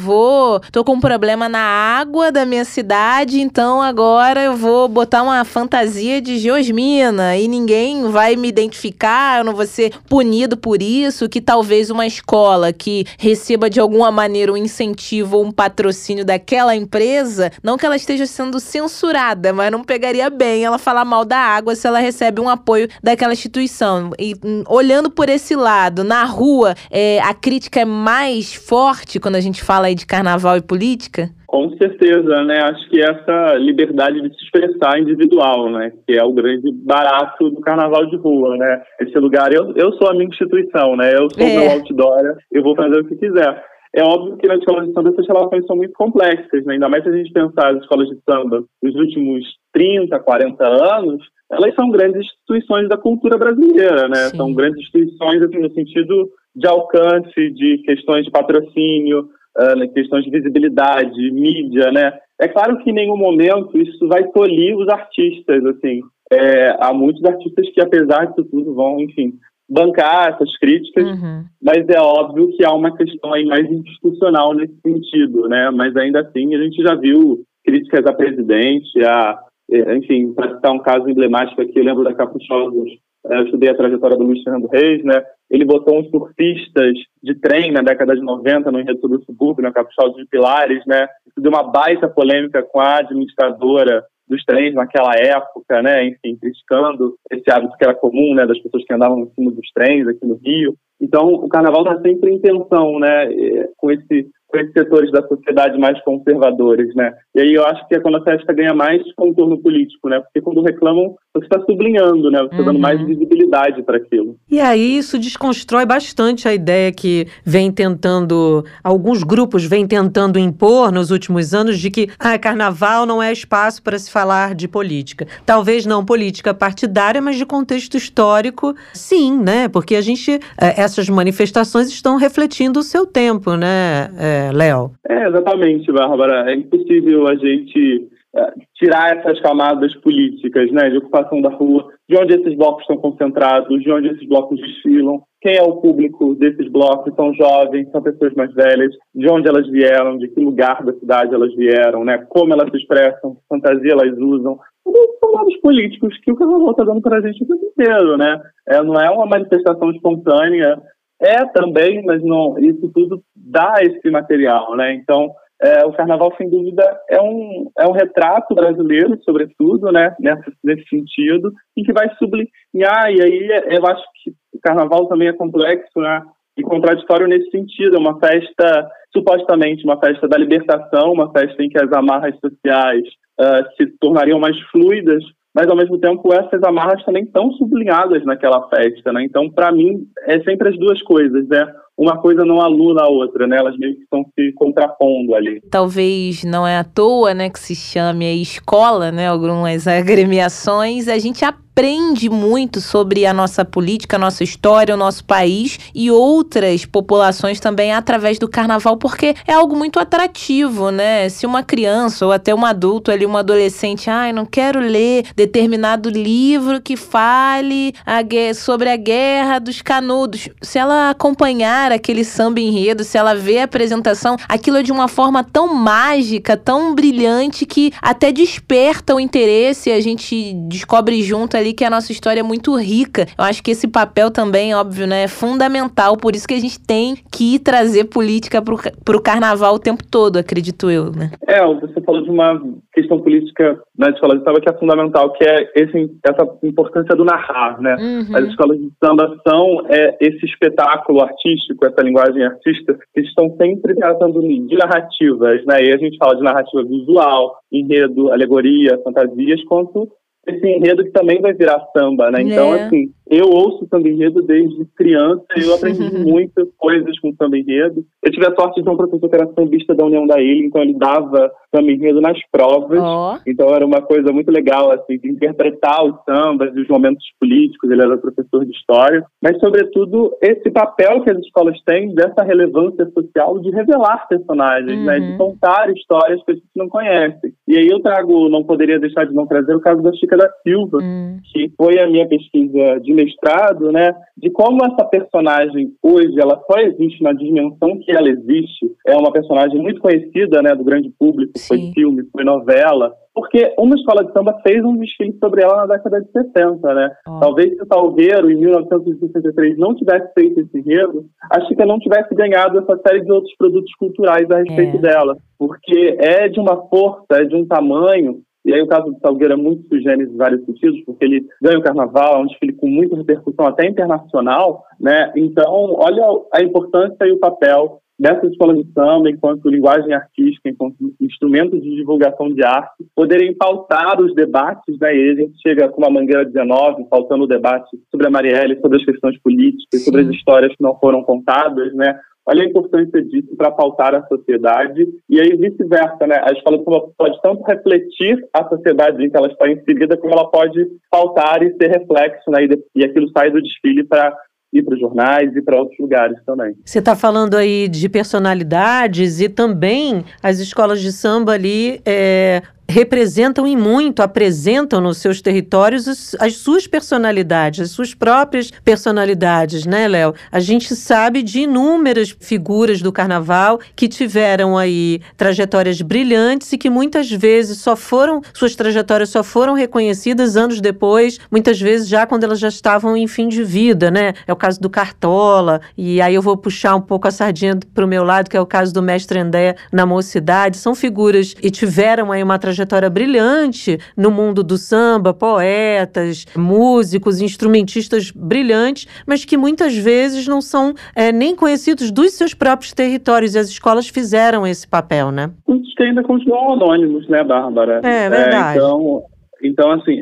tô com um problema na água da minha cidade, então agora eu vou botar uma fantasia de Geosmina e ninguém vai me identificar, eu não vou ser punido por isso, que talvez uma escola que receba de alguma maneira um incentivo ou um patrocínio daquela empresa, não que ela esteja sendo censurada, mas não pegaria bem ela falar mal da água se ela recebe um apoio daquela instituição. E olhando por esse lado, na rua, a crítica é mais forte quando a gente fala aí de carnaval e política? Com certeza, né? Acho que essa liberdade de se expressar individual, né? Que é o grande barato do carnaval de rua, né? Esse lugar, eu sou a minha instituição, né? Eu sou o meu outdoor, eu vou fazer o que quiser. É óbvio que nas escolas de samba essas relações são muito complexas, né? Ainda mais se a gente pensar as escolas de samba nos últimos 30, 40 anos, elas são grandes instituições da cultura brasileira, né? Sim. São grandes instituições assim, no sentido de alcance, de questões de patrocínio, questões de visibilidade, mídia, né? É claro que em nenhum momento isso vai tolir os artistas, assim. Há muitos artistas que, apesar disso tudo, vão, enfim, bancar essas críticas, mas é óbvio que há uma questão aí mais institucional nesse sentido, né? Mas ainda assim a gente já viu críticas a presidente, enfim, para citar um caso emblemático aqui, eu lembro da Caprichosos, eu estudei a trajetória do Luiz Fernando Reis, né? Ele botou uns surfistas de trem na década de 90 no enredo do subúrbio, na Caprichosos de Pilares, né? Isso deu uma baita polêmica com a administradora dos trens naquela época, né? Enfim, criticando esse hábito que era comum, né? Das pessoas que andavam em cima dos trens aqui no Rio. Então, o carnaval está sempre em tensão, né? Com esses setores da sociedade mais conservadores, né? E aí eu acho que é quando a festa ganha mais contorno político, né? Porque quando reclamam, você está sublinhando, né? Você está dando mais visibilidade para aquilo. E aí isso desconstrói bastante a ideia que alguns grupos vêm tentando impor nos últimos anos de que carnaval não é espaço para se falar de política. Talvez não política partidária, mas de contexto histórico, sim, né? Porque essas manifestações estão refletindo o seu tempo, né, Léo? Exatamente, Bárbara. É impossível a gente tirar essas camadas políticas, né, de ocupação da rua de onde esses blocos estão concentrados, de onde esses blocos desfilam, quem é o público desses blocos, são jovens, são pessoas mais velhas, de onde elas vieram, de que lugar da cidade elas vieram, né? Como elas se expressam, que fantasia elas usam. São lados políticos que o Carnaval está dando para a gente o tempo inteiro, né? Não é uma manifestação espontânea, também, mas não, isso tudo dá esse material, né? Então, o Carnaval, sem dúvida, é um retrato brasileiro, sobretudo, né? Nesse sentido, em que vai sublinhar, e aí eu acho que o Carnaval também é complexo, né? E contraditório nesse sentido. É uma festa, supostamente, uma festa da libertação, uma festa em que as amarras sociais se tornariam mais fluidas, mas, ao mesmo tempo, essas amarras também estão sublinhadas naquela festa, né? Então, para mim, é sempre as duas coisas, né? Uma coisa não anula a outra, né? Elas meio que estão se contrapondo ali. Talvez não é à toa, né, que se chame aí escola, né? Algumas agremiações. A gente aprende muito sobre a nossa política, a nossa história, o nosso país e outras populações também através do Carnaval, porque é algo muito atrativo, né? Se uma criança ou até um adulto ali, um adolescente, não quero ler determinado livro que fale sobre a Guerra dos Canudos. Se ela acompanhar aquele samba enredo, se ela vê a apresentação, aquilo é de uma forma tão mágica, tão brilhante, que até desperta o interesse e a gente descobre junto ali que a nossa história é muito rica. Eu acho que esse papel também, óbvio, né, é fundamental, por isso que a gente tem que trazer política pro Carnaval o tempo todo, acredito eu, né? Você falou de uma questão política na escola de samba que é fundamental, que é essa importância do narrar, né? Uhum. As escolas de samba são esse espetáculo artístico, essa linguagem artística, que estão sempre tratando de narrativas, né? E a gente fala de narrativa visual, enredo, alegoria, fantasias, quanto esse enredo que também vai virar samba, né? Então, assim, eu ouço samba enredo desde criança, eu aprendi muitas coisas com samba enredo. Eu tive a sorte de ter um professor que era sambista da União da Ilha, então ele dava samba enredo nas provas. Então era uma coisa muito legal, assim, de interpretar os sambas e os momentos políticos. Ele era professor de história. Mas, sobretudo, esse papel que as escolas têm dessa relevância social de revelar personagens, né? De contar histórias que a gente não conhece. E aí eu não poderia deixar de não trazer o caso da Chica da Silva, que foi a minha pesquisa de mestrado, né, de como essa personagem hoje, ela só existe na dimensão que ela existe. É uma personagem muito conhecida, né, do grande público, foi filme, foi novela, porque uma escola de samba fez um desfile sobre ela na década de 60, né? Talvez se o Salgueiro, em 1963, não tivesse feito esse enredo, a Chica não tivesse ganhado essa série de outros produtos culturais a respeito dela, porque é de uma força, é de um tamanho. E aí o caso do Salgueiro é muito sui generis em vários sentidos, porque ele ganha o Carnaval, é um desfile com muita repercussão até internacional, né? Então, olha a importância e o papel dessas escolas de samba, enquanto linguagem artística, enquanto instrumento de divulgação de arte, poderem pautar os debates, né? E a gente chega com uma Mangueira 19, pautando o debate sobre a Marielle, sobre as questões políticas, sobre as histórias que não foram contadas, né? Olha a importância disso para pautar a sociedade e aí vice-versa, né? A escola de samba pode tanto refletir a sociedade em que ela está inserida, como ela pode pautar e ser reflexo, né? E aquilo sai do desfile para ir para os jornais e para outros lugares também. Você está falando aí de personalidades e também as escolas de samba ali representam e muito, apresentam nos seus territórios as suas personalidades, as suas próprias personalidades, né, Léo? A gente sabe de inúmeras figuras do Carnaval que tiveram aí trajetórias brilhantes e que muitas vezes suas trajetórias só foram reconhecidas anos depois, muitas vezes já quando elas já estavam em fim de vida, né? É o caso do Cartola, e aí eu vou puxar um pouco a sardinha para o meu lado, que é o caso do Mestre Endé na Mocidade. São figuras e tiveram aí uma trajetória brilhante no mundo do samba, poetas, músicos, instrumentistas brilhantes, mas que muitas vezes não são nem conhecidos dos seus próprios territórios, e as escolas fizeram esse papel, né? Muitos que ainda continuam anônimos, né, Bárbara? É verdade. Então assim,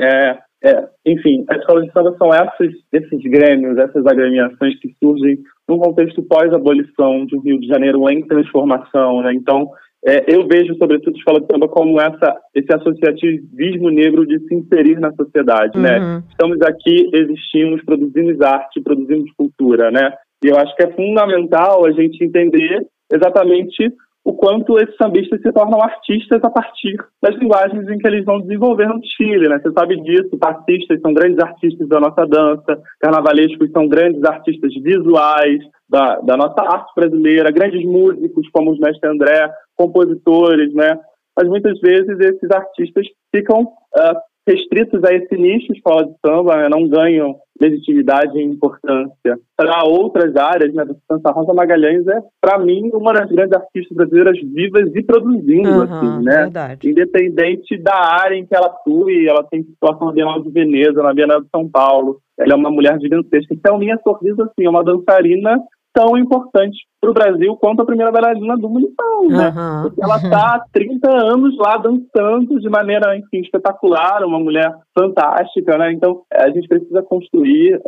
enfim, as escolas de samba são esses grêmios, essas agremiações que surgem num contexto pós-abolição de um Rio de Janeiro em transformação, né? Então, eu vejo, sobretudo, a escola de samba como esse associativismo negro de se inserir na sociedade, né? Estamos aqui, existimos, produzimos arte, produzimos cultura, né? E eu acho que é fundamental a gente entender exatamente o quanto esses sambistas se tornam artistas a partir das linguagens em que eles vão desenvolver no desfile, né? Você sabe disso, passistas são grandes artistas da nossa dança, carnavalescos são grandes artistas visuais da nossa arte brasileira, grandes músicos como os mestre André, compositores, né? Mas muitas vezes esses artistas ficam restritos a esse nicho escola de samba, né? Não ganham legitimidade e importância para outras áreas, né? A Rosa Magalhães é, para mim, uma das grandes artistas brasileiras vivas e produzindo, assim, né? Verdade. Independente da área em que ela atua, ela tem situação na Bienal de Veneza, na Bienal de São Paulo, ela é uma mulher gigantesca. Então, Minha Sorriso, assim, é uma dançarina tão importante para o Brasil quanto a primeira bailarina do Municipal, né? Porque ela está há 30 anos lá dançando de maneira, enfim, espetacular, uma mulher fantástica, né? Então, a gente precisa construir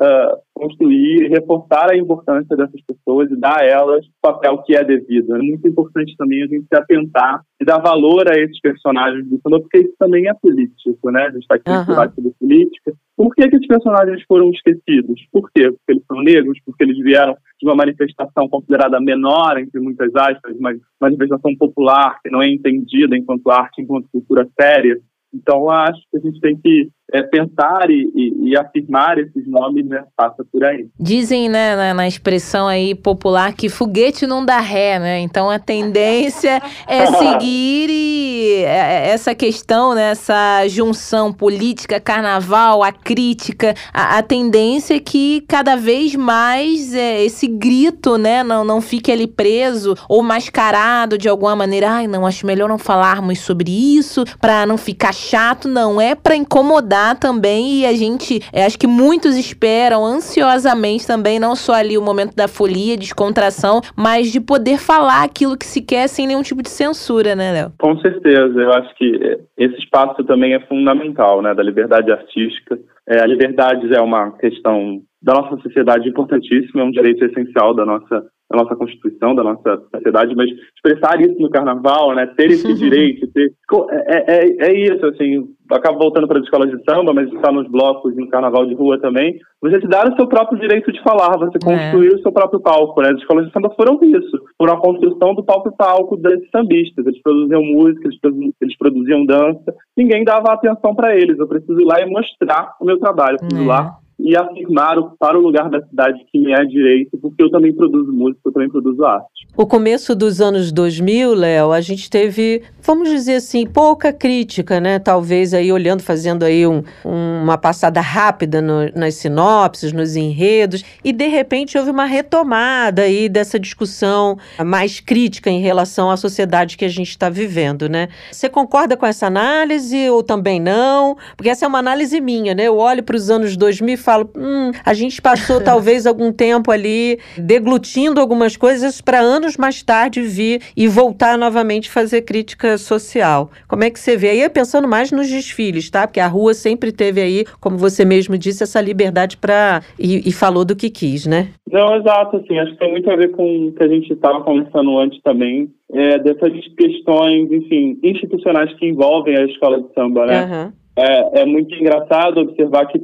e reforçar a importância dessas pessoas e dar a elas o papel que é devido. É muito importante também a gente se atentar e dar valor a esses personagens do samba, porque isso também é político, né? A gente está aqui no debate sobre política. Por que esses personagens foram esquecidos? Por quê? Porque eles são negros? Porque eles vieram de uma manifestação considerada menor, entre muitas aspas, uma manifestação popular que não é entendida enquanto arte, enquanto cultura séria. Então, acho que a gente tem que pensar e afirmar esses nomes, né? Passa por aí. Dizem, né, na expressão aí popular que foguete não dá ré, né? Então, a tendência é seguir essa questão, né? Essa junção política, carnaval, a crítica. A tendência é que cada vez mais esse grito, né? Não fique ali preso ou mascarado de alguma maneira. Ai, não, acho melhor não falarmos sobre isso para não ficar chato. Não, é para incomodar também, e a gente, acho que muitos esperam ansiosamente também, não só ali o momento da folia, descontração, mas de poder falar aquilo que se quer sem nenhum tipo de censura, né, Léo? Com certeza, eu acho que esse espaço também é fundamental, né, da liberdade artística. A liberdade é uma questão da nossa sociedade importantíssima, é um direito essencial da nossa Constituição, da nossa sociedade, mas expressar isso no carnaval, né, ter esse direito, é isso, assim, acaba voltando para as escolas de samba, mas está nos blocos e no carnaval de rua também, você te dá o seu próprio direito de falar, você construir o seu próprio palco, né, as escolas de samba foram isso, foram a construção do próprio palco desses sambistas, eles produziam música, eles produziam dança, ninguém dava atenção para eles, eu preciso ir lá e mostrar o meu trabalho, eu preciso ir lá e afirmar para o lugar da cidade que me é direito, porque eu também produzo música, eu também produzo arte. O começo dos anos 2000, Léo, a gente teve, vamos dizer assim, pouca crítica, né? Talvez aí fazendo aí uma passada rápida nas sinopses, nos enredos, e de repente houve uma retomada aí dessa discussão mais crítica em relação à sociedade que a gente está vivendo, né? Você concorda com essa análise ou também não? Porque essa é uma análise minha, né? Eu olho para os anos 2000 e falo, a gente passou talvez algum tempo ali deglutindo algumas coisas para anos mais tarde vir e voltar novamente fazer crítica social. Como é que você vê? Aí pensando mais nos desfiles, tá? Porque a rua sempre teve aí, como você mesmo disse, essa liberdade para e falou do que quis, né? Não, exato, assim, acho que tem muito a ver com o que a gente estava conversando antes também, dessas questões, enfim, institucionais que envolvem a escola de samba, né? É muito engraçado observar que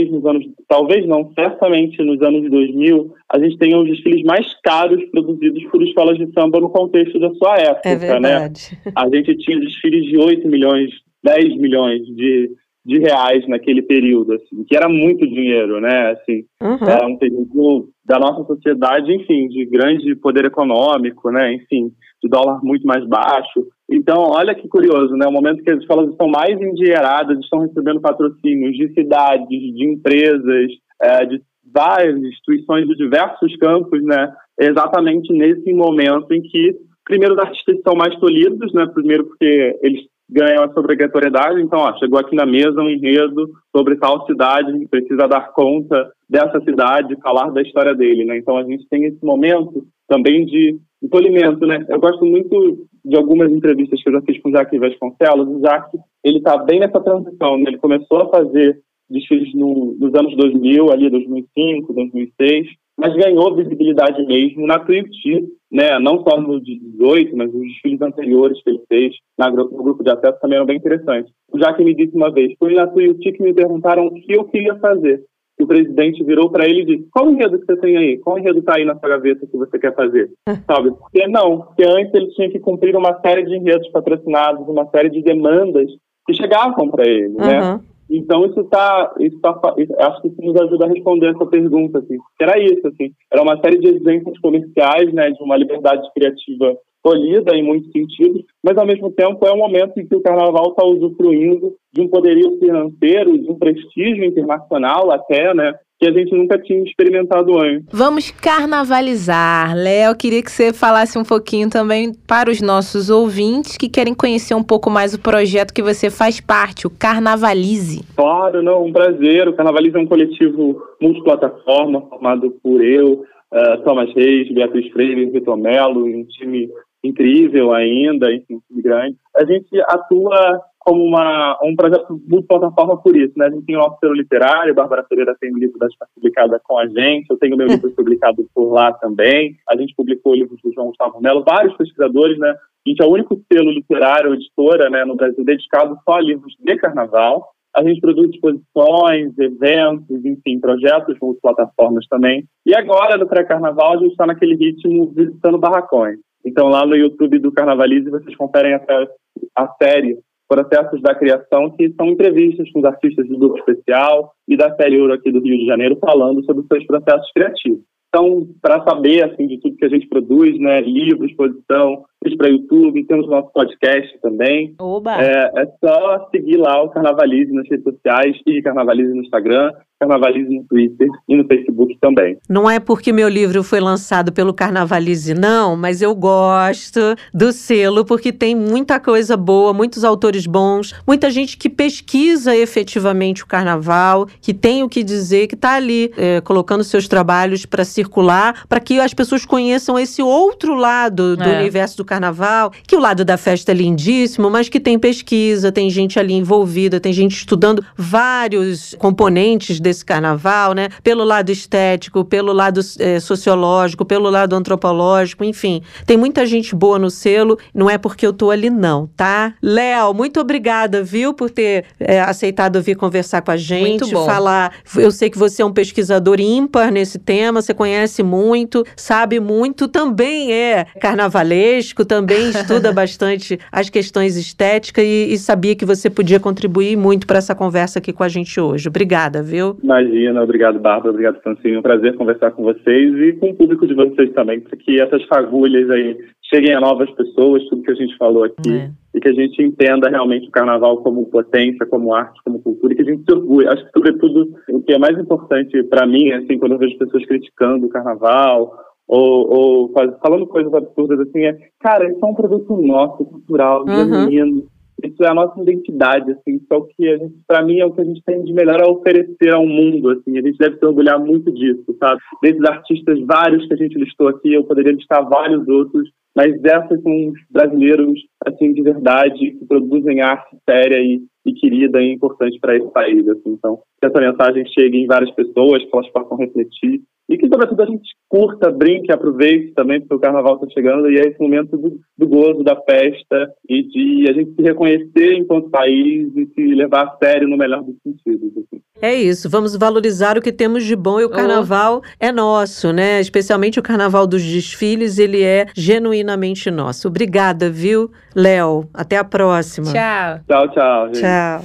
certamente nos anos 2000, a gente tem os desfiles mais caros produzidos por escolas de samba no contexto da sua época, é verdade, né? A gente tinha desfiles de 8 milhões, 10 milhões de reais naquele período, assim, que era muito dinheiro, né? Assim, era um período da nossa sociedade, enfim, de grande poder econômico, né? Enfim, de dólar muito mais baixo. Então, olha que curioso, né? O momento que as escolas estão mais endinheiradas, estão recebendo patrocínios de cidades, de empresas, de várias instituições de diversos campos, né? Exatamente nesse momento em que, primeiro, os artistas são mais tolhidos, né? Primeiro porque eles ganham essa obrigatoriedade, então, chegou aqui na mesa um enredo sobre tal cidade, precisa dar conta dessa cidade, falar da história dele, né? Então, a gente tem esse momento também de polimento, né? Eu gosto muito de algumas entrevistas que eu já fiz com o Jaque Vasconcelos. O Jaque, ele está bem nessa transição, né? Ele começou a fazer desfiles nos anos 2000, ali 2005, 2006, mas ganhou visibilidade mesmo na Tuiuti, né? Não só no de 18, mas os desfiles anteriores que ele fez no grupo de acesso também eram bem interessantes. O Jaque me disse uma vez, foi na Tuiuti que me perguntaram o que eu queria fazer. o presidente virou para ele e disse: qual enredo que você tem aí? Qual enredo está aí na sua gaveta que você quer fazer? Sabe? Porque antes ele tinha que cumprir uma série de enredos patrocinados, uma série de demandas que chegavam para ele, né? Então acho que isso nos ajuda a responder essa pergunta, assim. Era isso, assim. Era uma série de exigências comerciais, né, de uma liberdade criativa tolhida em muitos sentidos, mas ao mesmo tempo é um momento em que o carnaval está usufruindo de um poderio financeiro, de um prestígio internacional até, né, que a gente nunca tinha experimentado antes. Vamos carnavalizar. Léo, queria que você falasse um pouquinho também para os nossos ouvintes que querem conhecer um pouco mais o projeto que você faz parte, o Carnavalize. Claro, não, um prazer. O Carnavalize é um coletivo multiplataforma formado por eu, Thomas Reis, Beatriz Freire, Vitor Melo, um time incrível ainda, enfim, grande. A gente atua como um projeto multiplataforma por isso, né? A gente tem o nosso selo literário, Bárbara Pereira tem um livro da Estar publicado com a gente, eu tenho meu livro publicado por lá também, a gente publicou o livro do João Gustavo Melo, vários pesquisadores, né? A gente é o único selo literário, editora, né, no Brasil, dedicado só a livros de carnaval. A gente produz exposições, eventos, enfim, projetos multiplataformas também. E agora, no pré-carnaval, a gente está naquele ritmo visitando barracões. Então, lá no YouTube do Carnavalize, vocês conferem a série Processos da Criação, que são entrevistas com os artistas do Grupo Especial e da Série Ouro aqui do Rio de Janeiro, falando sobre os seus processos criativos. Então, para saber, assim, de tudo que a gente produz, né, livro, exposição, vídeo para YouTube, temos nosso podcast também. Oba! É só seguir lá o Carnavalize nas redes sociais e Carnavalize no Instagram, Carnavalize no Twitter e no Facebook também. Não é porque meu livro foi lançado pelo Carnavalize, não, mas eu gosto do selo porque tem muita coisa boa, muitos autores bons, muita gente que pesquisa efetivamente o carnaval, que tem o que dizer, que está ali colocando seus trabalhos para circular, para que as pessoas conheçam esse outro lado do universo do carnaval, que o lado da festa é lindíssimo, mas que tem pesquisa, tem gente ali envolvida, tem gente estudando vários componentes desse carnaval, né? Pelo lado estético, pelo lado sociológico, pelo lado antropológico, enfim. Tem muita gente boa no selo, não é porque eu tô ali não, tá? Léo, muito obrigada, viu, por ter aceitado vir conversar com a gente, muito bom. Falar. Eu sei que você é um pesquisador ímpar nesse tema, você conhece muito, sabe muito, também é carnavalesco, também estuda bastante as questões estéticas e sabia que você podia contribuir muito para essa conversa aqui com a gente hoje. Obrigada, viu? Imagina, obrigado, Bárbara, obrigado, Francine. É um prazer conversar com vocês e com o público de vocês também, para que essas fagulhas aí cheguem a novas pessoas, tudo que a gente falou aqui, e que a gente entenda realmente o carnaval como potência, como arte, como cultura, e que a gente se orgulhe. Acho que, sobretudo, o que é mais importante para mim, assim, quando eu vejo pessoas criticando o carnaval, ou falando coisas absurdas assim, cara, isso é um produto nosso, cultural, genuíno. Isso é a nossa identidade, assim, isso é o que para mim é o que a gente tem de melhor a oferecer ao mundo, assim, a gente deve se orgulhar muito disso, sabe? Desses artistas vários que a gente listou aqui, eu poderia listar vários outros, mas essas são os brasileiros, assim, de verdade, que produzem arte séria e querida e importante para esse país, assim. Então, que essa mensagem chegue em várias pessoas, que elas possam refletir e que, sobretudo, a gente curta, brinque, aproveite também, porque o carnaval está chegando e é esse momento do gozo, da festa e de a gente se reconhecer enquanto país e se levar a sério no melhor dos sentidos, assim. É isso, vamos valorizar o que temos de bom e o carnaval é nosso, né? Especialmente o carnaval dos desfiles, ele é genuinamente nosso. Obrigada, viu, Léo? Até a próxima. Tchau. Tchau, tchau, gente. Tchau.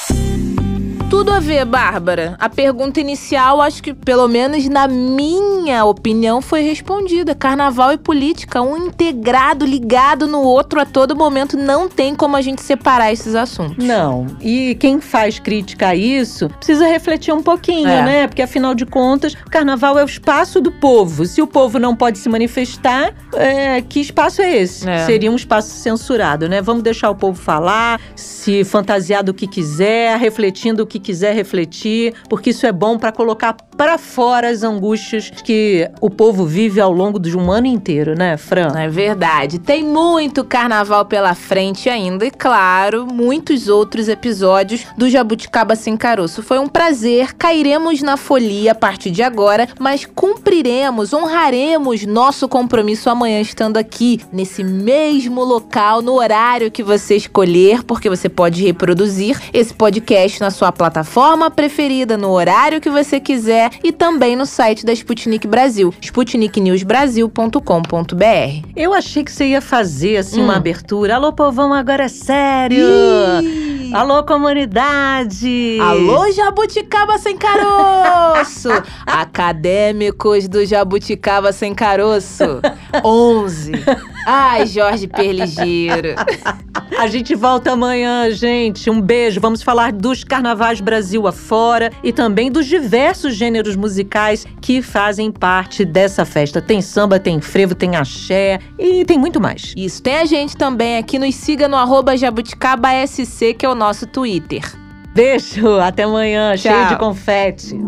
Tudo a ver, Bárbara. A pergunta inicial, acho que pelo menos na minha opinião, foi respondida. Carnaval e política, um integrado, ligado no outro a todo momento. Não tem como a gente separar esses assuntos. Não. E quem faz crítica a isso precisa refletir um pouquinho, né? Porque, afinal de contas, o carnaval é o espaço do povo. Se o povo não pode se manifestar, que espaço é esse? Seria um espaço censurado, né? Vamos deixar o povo falar, se fantasiar do que quiser, refletindo o que quiser refletir, porque isso é bom para colocar para fora as angústias que o povo vive ao longo de um ano inteiro, né, Fran? É verdade. Tem muito carnaval pela frente ainda e, claro, muitos outros episódios do Jabuticaba Sem Caroço. Foi um prazer. Cairemos na folia a partir de agora, mas cumpriremos, honraremos nosso compromisso amanhã estando aqui, nesse mesmo local, no horário que você escolher, porque você pode reproduzir esse podcast na sua plataforma preferida, no horário que você quiser e também no site da Sputnik Brasil, sputniknewsbrasil.com.br. Eu achei que você ia fazer, assim, uma abertura. Alô, povão, agora é sério! Alô, comunidade! Alô, Jabuticaba Sem Caroço! Acadêmicos do Jabuticaba Sem Caroço. 11. Ai, Jorge Perligeiro. A gente volta amanhã, gente. Um beijo. Vamos falar dos carnavais Brasil afora e também dos diversos gêneros musicais que fazem parte dessa festa. Tem samba, tem frevo, tem axé e tem muito mais. Isso. Tem a gente também aqui. Nos siga no @JabuticabaSC, que é o nosso Twitter. Beijo. Até amanhã. Tchau. Cheio de confete.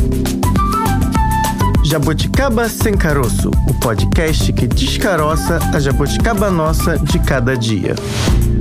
Jabuticaba Sem Caroço, o podcast que descaroça a jabuticaba nossa de cada dia.